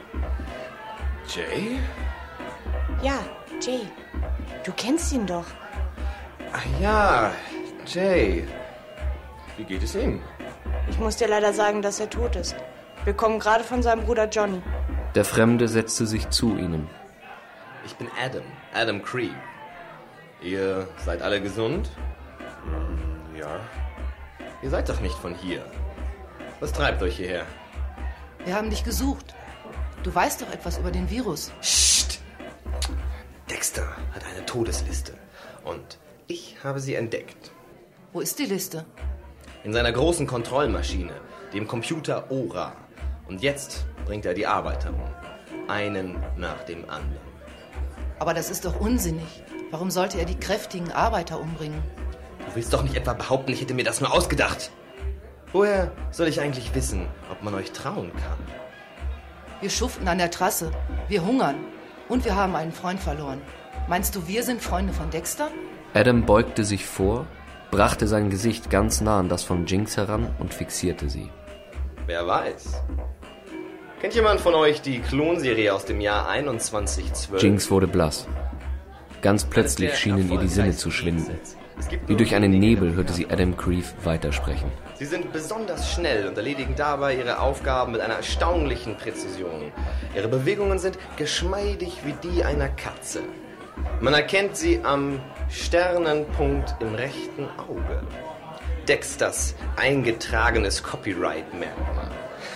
Jay? Ja, Jay. Du kennst ihn doch. Ach ja, Jay. Wie geht es ihm? Ich muss dir leider sagen, dass er tot ist. Wir kommen gerade von seinem Bruder Johnny. Der Fremde setzte sich zu ihnen. Ich bin Adam Cree. Ihr seid alle gesund? Ja. Ihr seid doch nicht von hier. Was treibt euch hierher? Wir haben dich gesucht. Du weißt doch etwas über den Virus. Psst! Dexter hat eine Todesliste. Und ich habe sie entdeckt. Wo ist die Liste? In seiner großen Kontrollmaschine, dem Computer Ora. Und jetzt bringt er die Arbeiter um. Einen nach dem anderen. Aber das ist doch unsinnig. Warum sollte er die kräftigen Arbeiter umbringen? Du willst doch nicht etwa behaupten, ich hätte mir das nur ausgedacht. Woher soll ich eigentlich wissen, ob man euch trauen kann? Wir schuften an der Trasse. Wir hungern. Und wir haben einen Freund verloren. Meinst du, wir sind Freunde von Dexter? Adam beugte sich vor, brachte sein Gesicht ganz nah an das von Jinx heran und fixierte sie. Wer weiß. Kennt jemand von euch die Klonserie aus dem Jahr 2112? Jinx wurde blass. Ganz plötzlich schienen ihr die Sinne zu schwinden. Wie durch einen Nebel hörte sie Adam Cree weitersprechen. Sie sind besonders schnell und erledigen dabei ihre Aufgaben mit einer erstaunlichen Präzision. Ihre Bewegungen sind geschmeidig wie die einer Katze. Man erkennt sie am Sternenpunkt im rechten Auge. Dexters eingetragenes Copyright-Merkmal.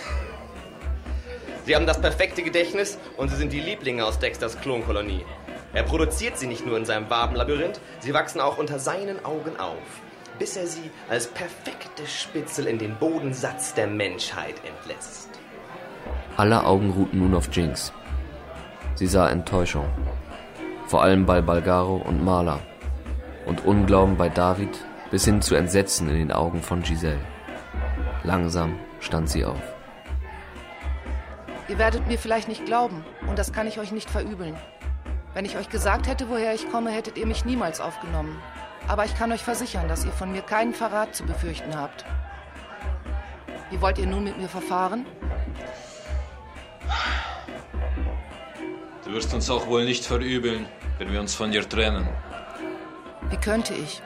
Sie haben das perfekte Gedächtnis und sie sind die Lieblinge aus Dexters Klonkolonie. Er produziert sie nicht nur in seinem Wabenlabyrinth, sie wachsen auch unter seinen Augen auf, bis er sie als perfekte Spitzel in den Bodensatz der Menschheit entlässt. Alle Augen ruhten nun auf Jinx. Sie sah Enttäuschung. Vor allem bei Balgaro und Marla. Und Unglauben bei David, bis hin zu Entsetzen in den Augen von Giselle. Langsam stand sie auf. Ihr werdet mir vielleicht nicht glauben, und das kann ich euch nicht verübeln. Wenn ich euch gesagt hätte, woher ich komme, hättet ihr mich niemals aufgenommen. Aber ich kann euch versichern, dass ihr von mir keinen Verrat zu befürchten habt. Wie wollt ihr nun mit mir verfahren? Du wirst uns auch wohl nicht verübeln, wenn wir uns von dir trennen. Wie könnte ich?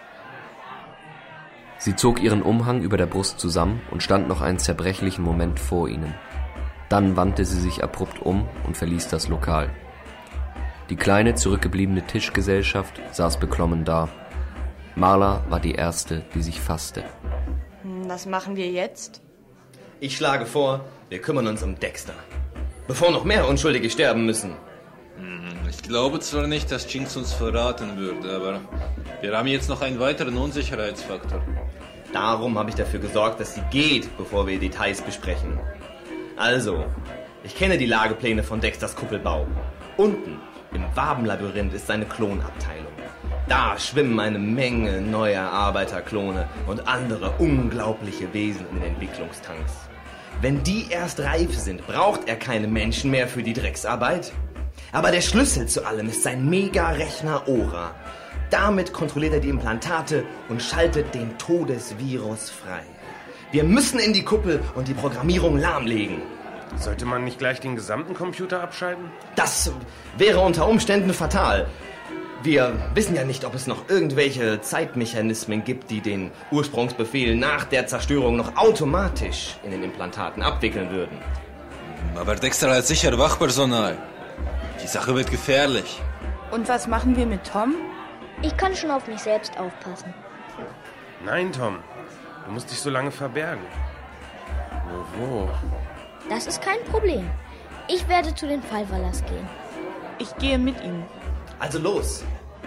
Sie zog ihren Umhang über der Brust zusammen und stand noch einen zerbrechlichen Moment vor ihnen. Dann wandte sie sich abrupt um und verließ das Lokal. Die kleine, zurückgebliebene Tischgesellschaft saß beklommen da. Marla war die Erste, die sich fasste. Was machen wir jetzt? Ich schlage vor, wir kümmern uns um Dexter. Bevor noch mehr Unschuldige sterben müssen. Ich glaube zwar nicht, dass Jinx uns verraten würde, aber wir haben jetzt noch einen weiteren Unsicherheitsfaktor. Darum habe ich dafür gesorgt, dass sie geht, bevor wir Details besprechen. Also, ich kenne die Lagepläne von Dexters Kuppelbau. Unten im Wabenlabyrinth ist seine Klonabteilung. Da schwimmen eine Menge neuer Arbeiterklone und andere unglaubliche Wesen in den Entwicklungstanks. Wenn die erst reif sind, braucht er keine Menschen mehr für die Drecksarbeit. Aber der Schlüssel zu allem ist sein Mega-Rechner Ora. Damit kontrolliert er die Implantate und schaltet den Todesvirus frei. Wir müssen in die Kuppel und die Programmierung lahmlegen. Sollte man nicht gleich den gesamten Computer abschalten? Das wäre unter Umständen fatal. Wir wissen ja nicht, ob es noch irgendwelche Zeitmechanismen gibt, die den Ursprungsbefehl nach der Zerstörung noch automatisch in den Implantaten abwickeln würden. Aber Dexter hat sicher Wachpersonal. Die Sache wird gefährlich. Und was machen wir mit Tom? Ich kann schon auf mich selbst aufpassen. Nein, Tom. Du musst dich so lange verbergen. Nur wo? Das ist kein Problem. Ich werde zu den Fallwallers gehen. Ich gehe mit ihm. Also los.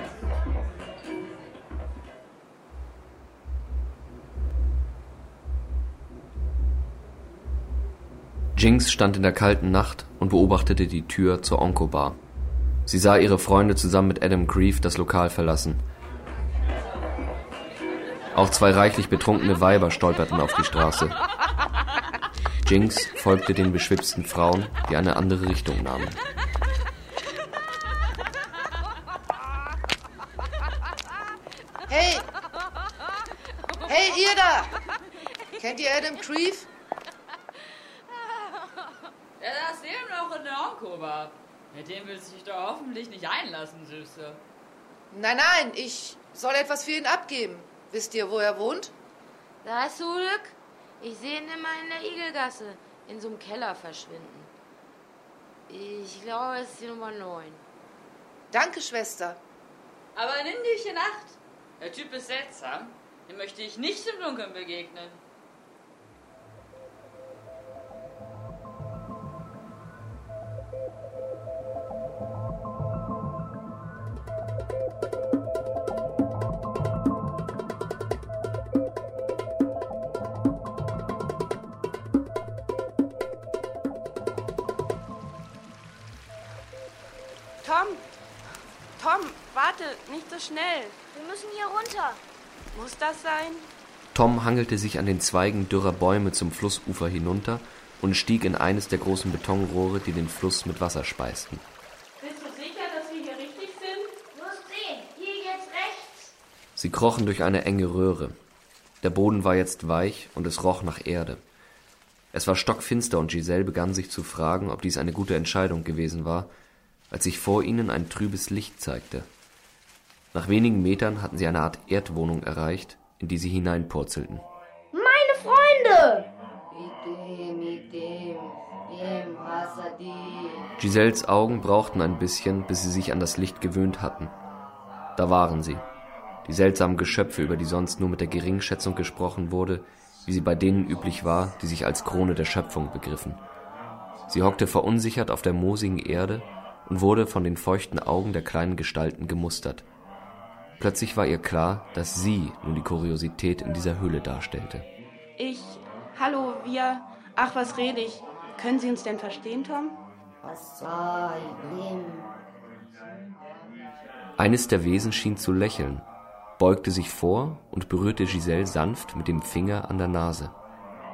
Jinx stand in der kalten Nacht und beobachtete die Tür zur Onkobar. Sie sah ihre Freunde zusammen mit Adam Grieve das Lokal verlassen. Auch zwei reichlich betrunkene Weiber stolperten auf die Straße. Jinx folgte den beschwipsten Frauen, die eine andere Richtung nahmen. Hey! Hey, ihr da! Kennt ihr Adam Grieve? Ja, da ist eben noch in der Onkobar. Mit dem willst du dich doch hoffentlich nicht einlassen, Süße. Nein, nein, ich soll etwas für ihn abgeben. Wisst ihr, wo er wohnt? Da hast du Glück. Ich sehe ihn immer in der Igelgasse, in so einem Keller verschwinden. Ich glaube, es ist die Nummer 9. Danke, Schwester. Aber nimm dich in Acht. Der Typ ist seltsam. Dem möchte ich nicht im Dunkeln begegnen. Tom, warte, nicht so schnell. Wir müssen hier runter. Muss das sein? Tom hangelte sich an den Zweigen dürrer Bäume zum Flussufer hinunter und stieg in eines der großen Betonrohre, die den Fluss mit Wasser speisten. Bist du sicher, dass wir hier richtig sind? Du musst sehen, hier geht's rechts. Sie krochen durch eine enge Röhre. Der Boden war jetzt weich und es roch nach Erde. Es war stockfinster und Giselle begann sich zu fragen, ob dies eine gute Entscheidung gewesen war, als sich vor ihnen ein trübes Licht zeigte. Nach wenigen Metern hatten sie eine Art Erdwohnung erreicht, in die sie hineinpurzelten. Meine Freunde! Giselles Augen brauchten ein bisschen, bis sie sich an das Licht gewöhnt hatten. Da waren sie, die seltsamen Geschöpfe, über die sonst nur mit der Geringschätzung gesprochen wurde, wie sie bei denen üblich war, die sich als Krone der Schöpfung begriffen. Sie hockte verunsichert auf der moosigen Erde und wurde von den feuchten Augen der kleinen Gestalten gemustert. Plötzlich war ihr klar, dass sie nun die Kuriosität in dieser Höhle darstellte. Hallo, wir... Ach, was rede ich? Können Sie uns denn verstehen, Tom? Eines der Wesen schien zu lächeln, beugte sich vor und berührte Giselle sanft mit dem Finger an der Nase.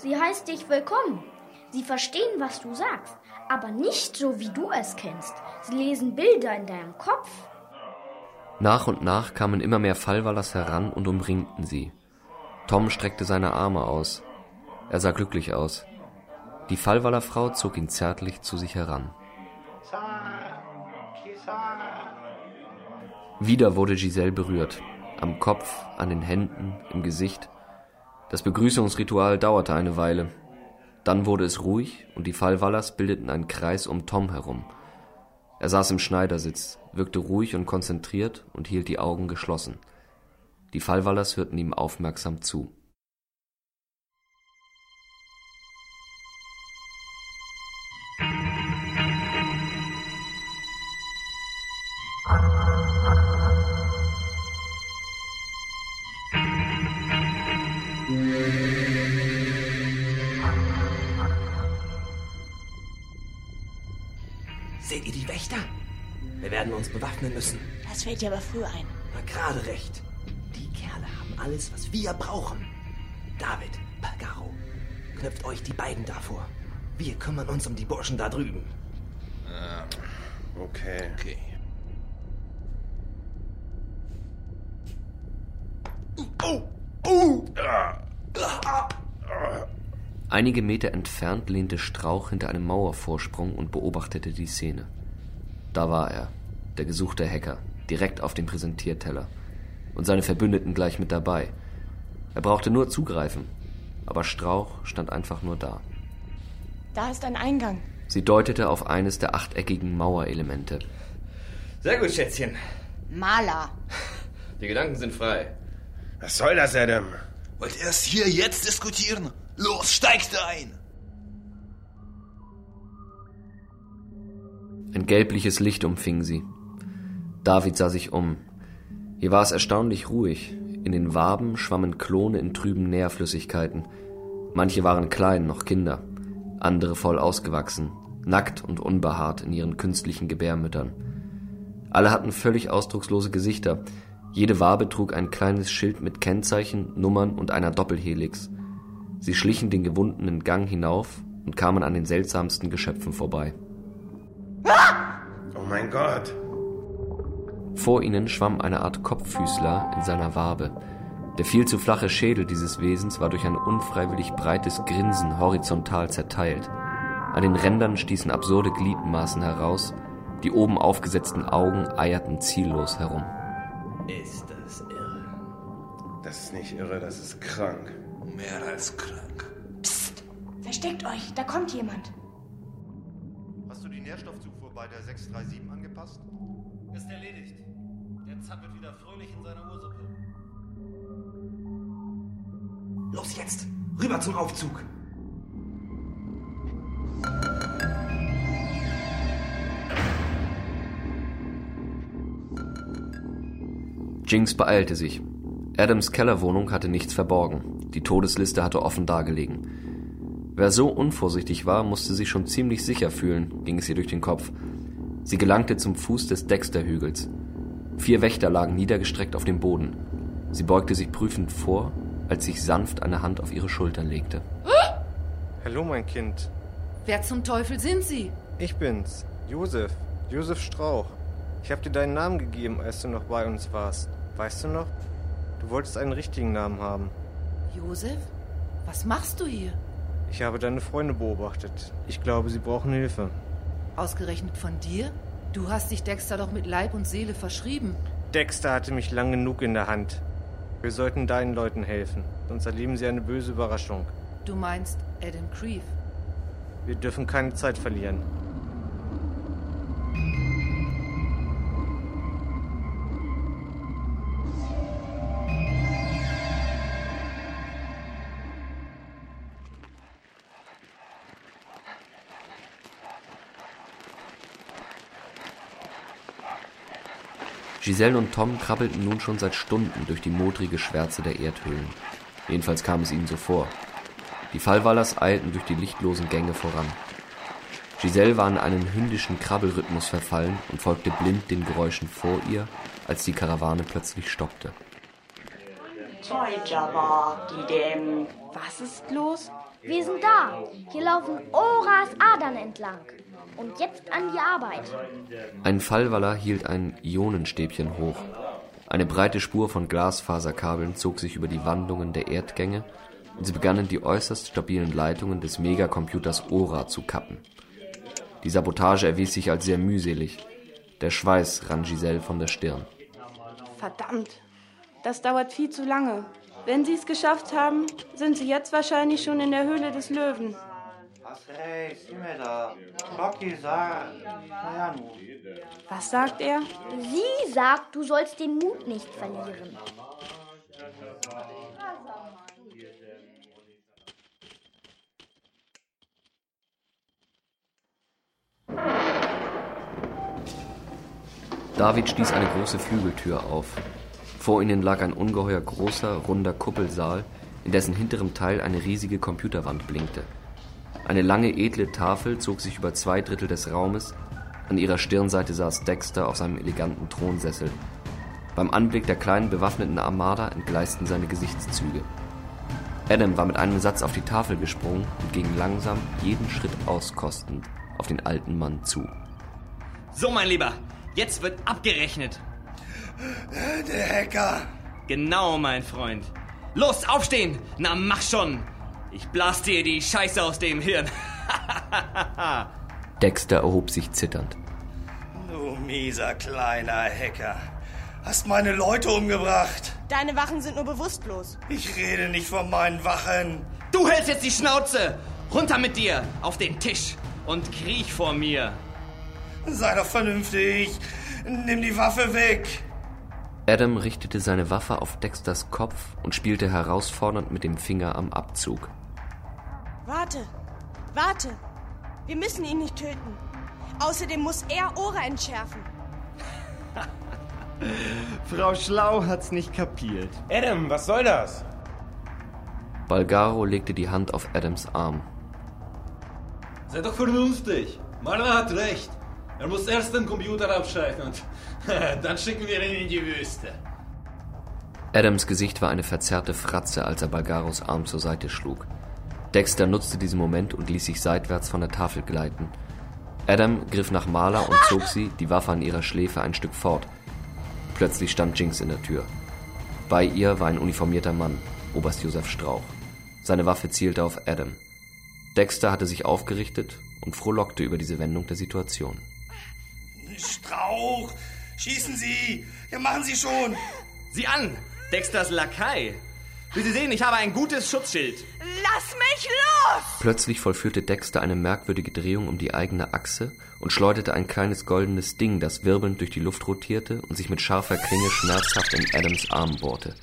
Sie heißt dich willkommen. Sie verstehen, was du sagst, aber nicht so, wie du es kennst. Sie lesen Bilder in deinem Kopf. Nach und nach kamen immer mehr Fallwallers heran und umringten sie. Tom streckte seine Arme aus. Er sah glücklich aus. Die Fallwallerfrau zog ihn zärtlich zu sich heran. Wieder wurde Giselle berührt. Am Kopf, an den Händen, im Gesicht. Das Begrüßungsritual dauerte eine Weile. Dann wurde es ruhig und die Fallwallers bildeten einen Kreis um Tom herum. Er saß im Schneidersitz, wirkte ruhig und konzentriert und hielt die Augen geschlossen. Die Fallwallers hörten ihm aufmerksam zu. Seht ihr die Wächter? Wir werden uns bewaffnen müssen. Das fällt dir aber früh ein. Na, gerade recht. Die Kerle haben alles, was wir brauchen. David, Palgaro, knüpft euch die beiden da vor. Wir kümmern uns um die Burschen da drüben. Okay. Einige Meter entfernt lehnte Strauch hinter einem Mauervorsprung und beobachtete die Szene. Da war er, der gesuchte Hacker, direkt auf dem Präsentierteller. Und seine Verbündeten gleich mit dabei. Er brauchte nur zugreifen. Aber Strauch stand einfach nur da. Da ist ein Eingang. Sie deutete auf eines der achteckigen Mauerelemente. Sehr gut, Schätzchen. Maler. Die Gedanken sind frei. Was soll das, Adam? Wollt ihr es hier jetzt diskutieren? Los, steigt ein! Ein gelbliches Licht umfing sie. David sah sich um. Hier war es erstaunlich ruhig. In den Waben schwammen Klone in trüben Nährflüssigkeiten. Manche waren klein, noch Kinder. Andere voll ausgewachsen, nackt und unbehaart in ihren künstlichen Gebärmüttern. Alle hatten völlig ausdruckslose Gesichter. Jede Wabe trug ein kleines Schild mit Kennzeichen, Nummern und einer Doppelhelix. Sie schlichen den gewundenen Gang hinauf und kamen an den seltsamsten Geschöpfen vorbei. Oh mein Gott! Vor ihnen schwamm eine Art Kopffüßler in seiner Wabe. Der viel zu flache Schädel dieses Wesens war durch ein unfreiwillig breites Grinsen horizontal zerteilt. An den Rändern stießen absurde Gliedmaßen heraus, die oben aufgesetzten Augen eierten ziellos herum. Ist das irre? Das ist nicht irre, das ist krank. Mehr als krank. Psst! Versteckt euch, da kommt jemand. Hast du die Nährstoffzufuhr bei der 637 angepasst? Ist erledigt. Der zappelt wieder fröhlich in seiner Ursuppe. Los jetzt! Rüber zum Aufzug! Jinx beeilte sich. Adams Kellerwohnung hatte nichts verborgen. Die Todesliste hatte offen dargelegen. Wer so unvorsichtig war, musste sich schon ziemlich sicher fühlen, ging es ihr durch den Kopf. Sie gelangte zum Fuß des Dexter-Hügels. 4 Wächter lagen niedergestreckt auf dem Boden. Sie beugte sich prüfend vor, als sich sanft eine Hand auf ihre Schultern legte. Hallo, mein Kind. Wer zum Teufel sind Sie? Ich bin's, Josef. Josef Strauch. Ich hab dir deinen Namen gegeben, als du noch bei uns warst. Weißt du noch? Du wolltest einen richtigen Namen haben. Josef? Was machst du hier? Ich habe deine Freunde beobachtet. Ich glaube, sie brauchen Hilfe. Ausgerechnet von dir? Du hast dich Dexter doch mit Leib und Seele verschrieben. Dexter hatte mich lang genug in der Hand. Wir sollten deinen Leuten helfen, sonst erleben sie eine böse Überraschung. Du meinst Adam Creve? Wir dürfen keine Zeit verlieren. Giselle und Tom krabbelten nun schon seit Stunden durch die modrige Schwärze der Erdhöhlen. Jedenfalls kam es ihnen so vor. Die Fallwallers eilten durch die lichtlosen Gänge voran. Giselle war in einen hündischen Krabbelrhythmus verfallen und folgte blind den Geräuschen vor ihr, als die Karawane plötzlich stoppte. Was ist los? Wir sind da. Hier laufen Oras Adern entlang. Und jetzt an die Arbeit. Ein Fallwaller hielt ein Ionenstäbchen hoch. Eine breite Spur von Glasfaserkabeln zog sich über die Wandungen der Erdgänge und sie begannen, die äußerst stabilen Leitungen des Megacomputers Ora zu kappen. Die Sabotage erwies sich als sehr mühselig. Der Schweiß rann Giselle von der Stirn. Verdammt, das dauert viel zu lange. Wenn Sie es geschafft haben, sind Sie jetzt wahrscheinlich schon in der Höhle des Löwen. Was sagt er? Sie sagt, du sollst den Mut nicht verlieren. David stieß eine große Flügeltür auf. Vor ihnen lag ein ungeheuer großer, runder Kuppelsaal, in dessen hinterem Teil eine riesige Computerwand blinkte. Eine lange, edle Tafel zog sich über 2/3 des Raumes. An ihrer Stirnseite saß Dexter auf seinem eleganten Thronsessel. Beim Anblick der kleinen bewaffneten Armada entgleisten seine Gesichtszüge. Adam war mit einem Satz auf die Tafel gesprungen und ging langsam, jeden Schritt auskostend, auf den alten Mann zu. So, mein Lieber, jetzt wird abgerechnet. Der Hacker. Genau, mein Freund. Los, aufstehen! Na, mach schon! Ich blas dir die Scheiße aus dem Hirn. Dexter erhob sich zitternd. Du mieser kleiner Hacker. Hast meine Leute umgebracht. Deine Wachen sind nur bewusstlos. Ich rede nicht von meinen Wachen. Du hältst jetzt die Schnauze! Runter mit dir! Auf den Tisch! Und kriech vor mir! Sei doch vernünftig. Nimm die Waffe weg. Adam richtete seine Waffe auf Dexters Kopf und spielte herausfordernd mit dem Finger am Abzug. Warte, warte. Wir müssen ihn nicht töten. Außerdem muss er Ora entschärfen. Frau Schlau hat's nicht kapiert. Adam, was soll das? Balgaro legte die Hand auf Adams Arm. Sei doch vernünftig. Marla hat recht. Er muss erst den Computer abschalten und dann schicken wir ihn in die Wüste. Adams Gesicht war eine verzerrte Fratze, als er Balgaros Arm zur Seite schlug. Dexter nutzte diesen Moment und ließ sich seitwärts von der Tafel gleiten. Adam griff nach Marla und zog sie, die Waffe an ihrer Schläfe, ein Stück fort. Plötzlich stand Jinx in der Tür. Bei ihr war ein uniformierter Mann, Oberst Josef Strauch. Seine Waffe zielte auf Adam. Dexter hatte sich aufgerichtet und frohlockte über diese Wendung der Situation. Strauch, schießen Sie! Ja, machen Sie schon! Sieh an! Dexters Lakai! Wie Sie sehen, ich habe ein gutes Schutzschild. Lass mich los! Plötzlich vollführte Dexter eine merkwürdige Drehung um die eigene Achse und schleuderte ein kleines goldenes Ding, das wirbelnd durch die Luft rotierte und sich mit scharfer Klinge schmerzhaft in Adams Arm bohrte.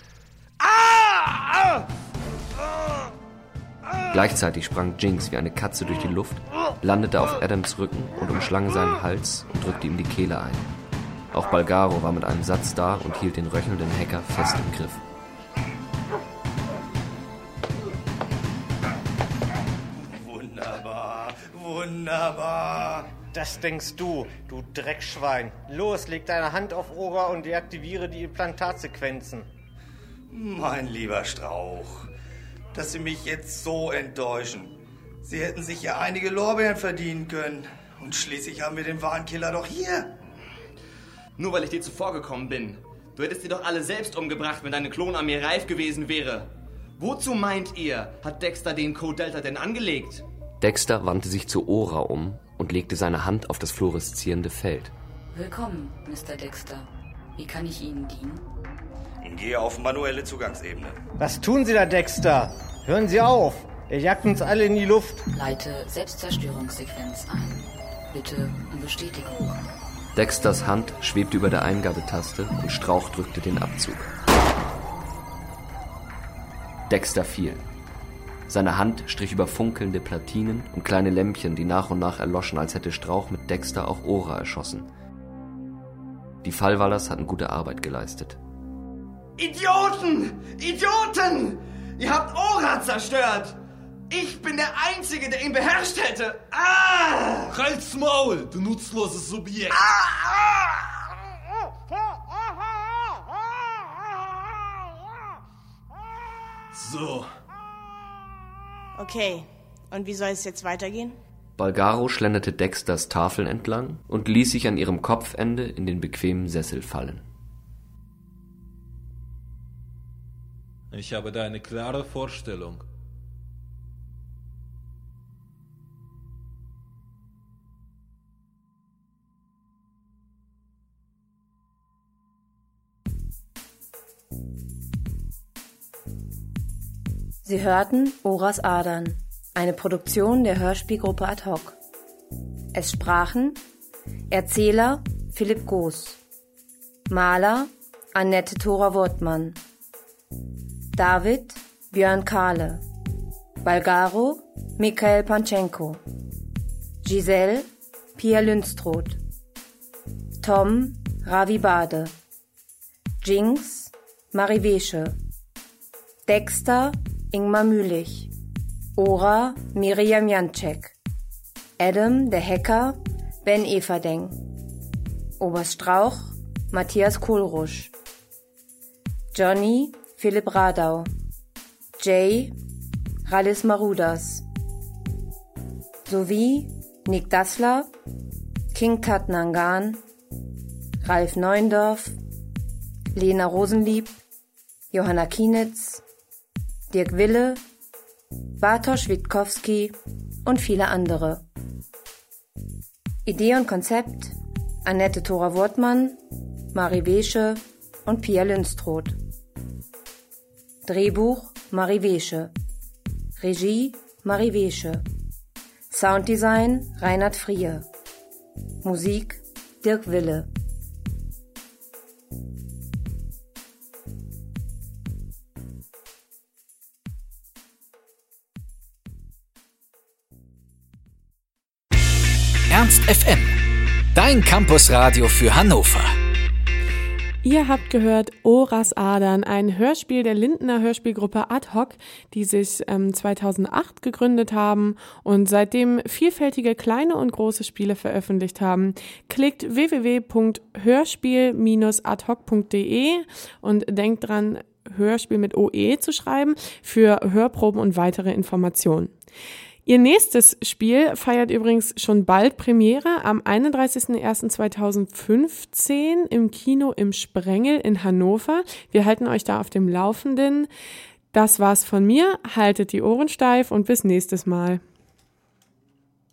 Gleichzeitig sprang Jinx wie eine Katze durch die Luft, landete auf Adams Rücken und umschlang seinen Hals und drückte ihm die Kehle ein. Auch Balgaro war mit einem Satz da und hielt den röchelnden Hacker fest im Griff. Wunderbar, wunderbar. Das denkst du, du Dreckschwein. Los, leg deine Hand auf Ora und deaktiviere die Implantatsequenzen. Mein lieber Strauch, dass Sie mich jetzt so enttäuschen. Sie hätten sich ja einige Lorbeeren verdienen können. Und schließlich haben wir den Wahnkiller doch hier. Nur weil ich dir zuvorgekommen bin. Du hättest sie doch alle selbst umgebracht, wenn deine Klonarmee reif gewesen wäre. Wozu meint ihr, hat Dexter den Code Delta denn angelegt? Dexter wandte sich zu Ora um und legte seine Hand auf das fluoreszierende Feld. Willkommen, Mr. Dexter. Wie kann ich Ihnen dienen? Gehe auf manuelle Zugangsebene. Was tun Sie da, Dexter? Hören Sie auf! Er jagt uns alle in die Luft. Leite Selbstzerstörungssequenz ein. Bitte um Bestätigung. Dexters Hand schwebte über der Eingabetaste und Strauch drückte den Abzug. Dexter fiel. Seine Hand strich über funkelnde Platinen und kleine Lämpchen, die nach und nach erloschen, als hätte Strauch mit Dexter auch Ora erschossen. Die Fallwallers hatten gute Arbeit geleistet. Idioten! Idioten! Ihr habt Ora zerstört! Ich bin der Einzige, der ihn beherrscht hätte! Ah! Halt's Maul, du nutzloses Subjekt! So. Okay, und wie soll es jetzt weitergehen? Balgaro schlenderte Dexters Tafeln entlang und ließ sich an ihrem Kopfende in den bequemen Sessel fallen. Ich habe da eine klare Vorstellung. Sie hörten Oras Adern, eine Produktion der Hörspielgruppe Ad hoc. Es sprachen Erzähler Philipp Goos, Maler Annette Thora-Wortmann, David Björn Kahle, Balgaro Michael Panchenko, Giselle Pia Lünstroth, Tom Ravi Bade, Jinx Marie Wesche, Dexter Ingmar Mühlich, Ora Miriam Janczek, Adam der Hacker Ben Everdeng, Oberst Strauch Matthias Kohlrusch, Johnny Philipp Radau, Jay Rallis Marudas, sowie Nick Dassler, King Tat Nangan, Ralf Neundorf, Lena Rosenlieb, Johanna Kienitz, Dirk Wille, Bartosz Witkowski und viele andere. Idee und Konzept Annette Thora-Wortmann, Marie Wesche und Pia Lünstroth. Drehbuch Marie Wesche. Regie Marie Wesche. Sounddesign Reinhard Friehe. Musik Dirk Wille. Ernst FM, dein Campusradio für Hannover. Ihr habt gehört Oras Adern, ein Hörspiel der Lindener Hörspielgruppe Ad hoc, die sich 2008 gegründet haben und seitdem vielfältige kleine und große Spiele veröffentlicht haben. Klickt www.hörspiel-adhoc.de und denkt dran, Hörspiel mit OE zu schreiben für Hörproben und weitere Informationen. Ihr nächstes Spiel feiert übrigens schon bald Premiere am 31.01.2015 im Kino im Sprengel in Hannover. Wir halten euch da auf dem Laufenden. Das war's von mir. Haltet die Ohren steif und bis nächstes Mal.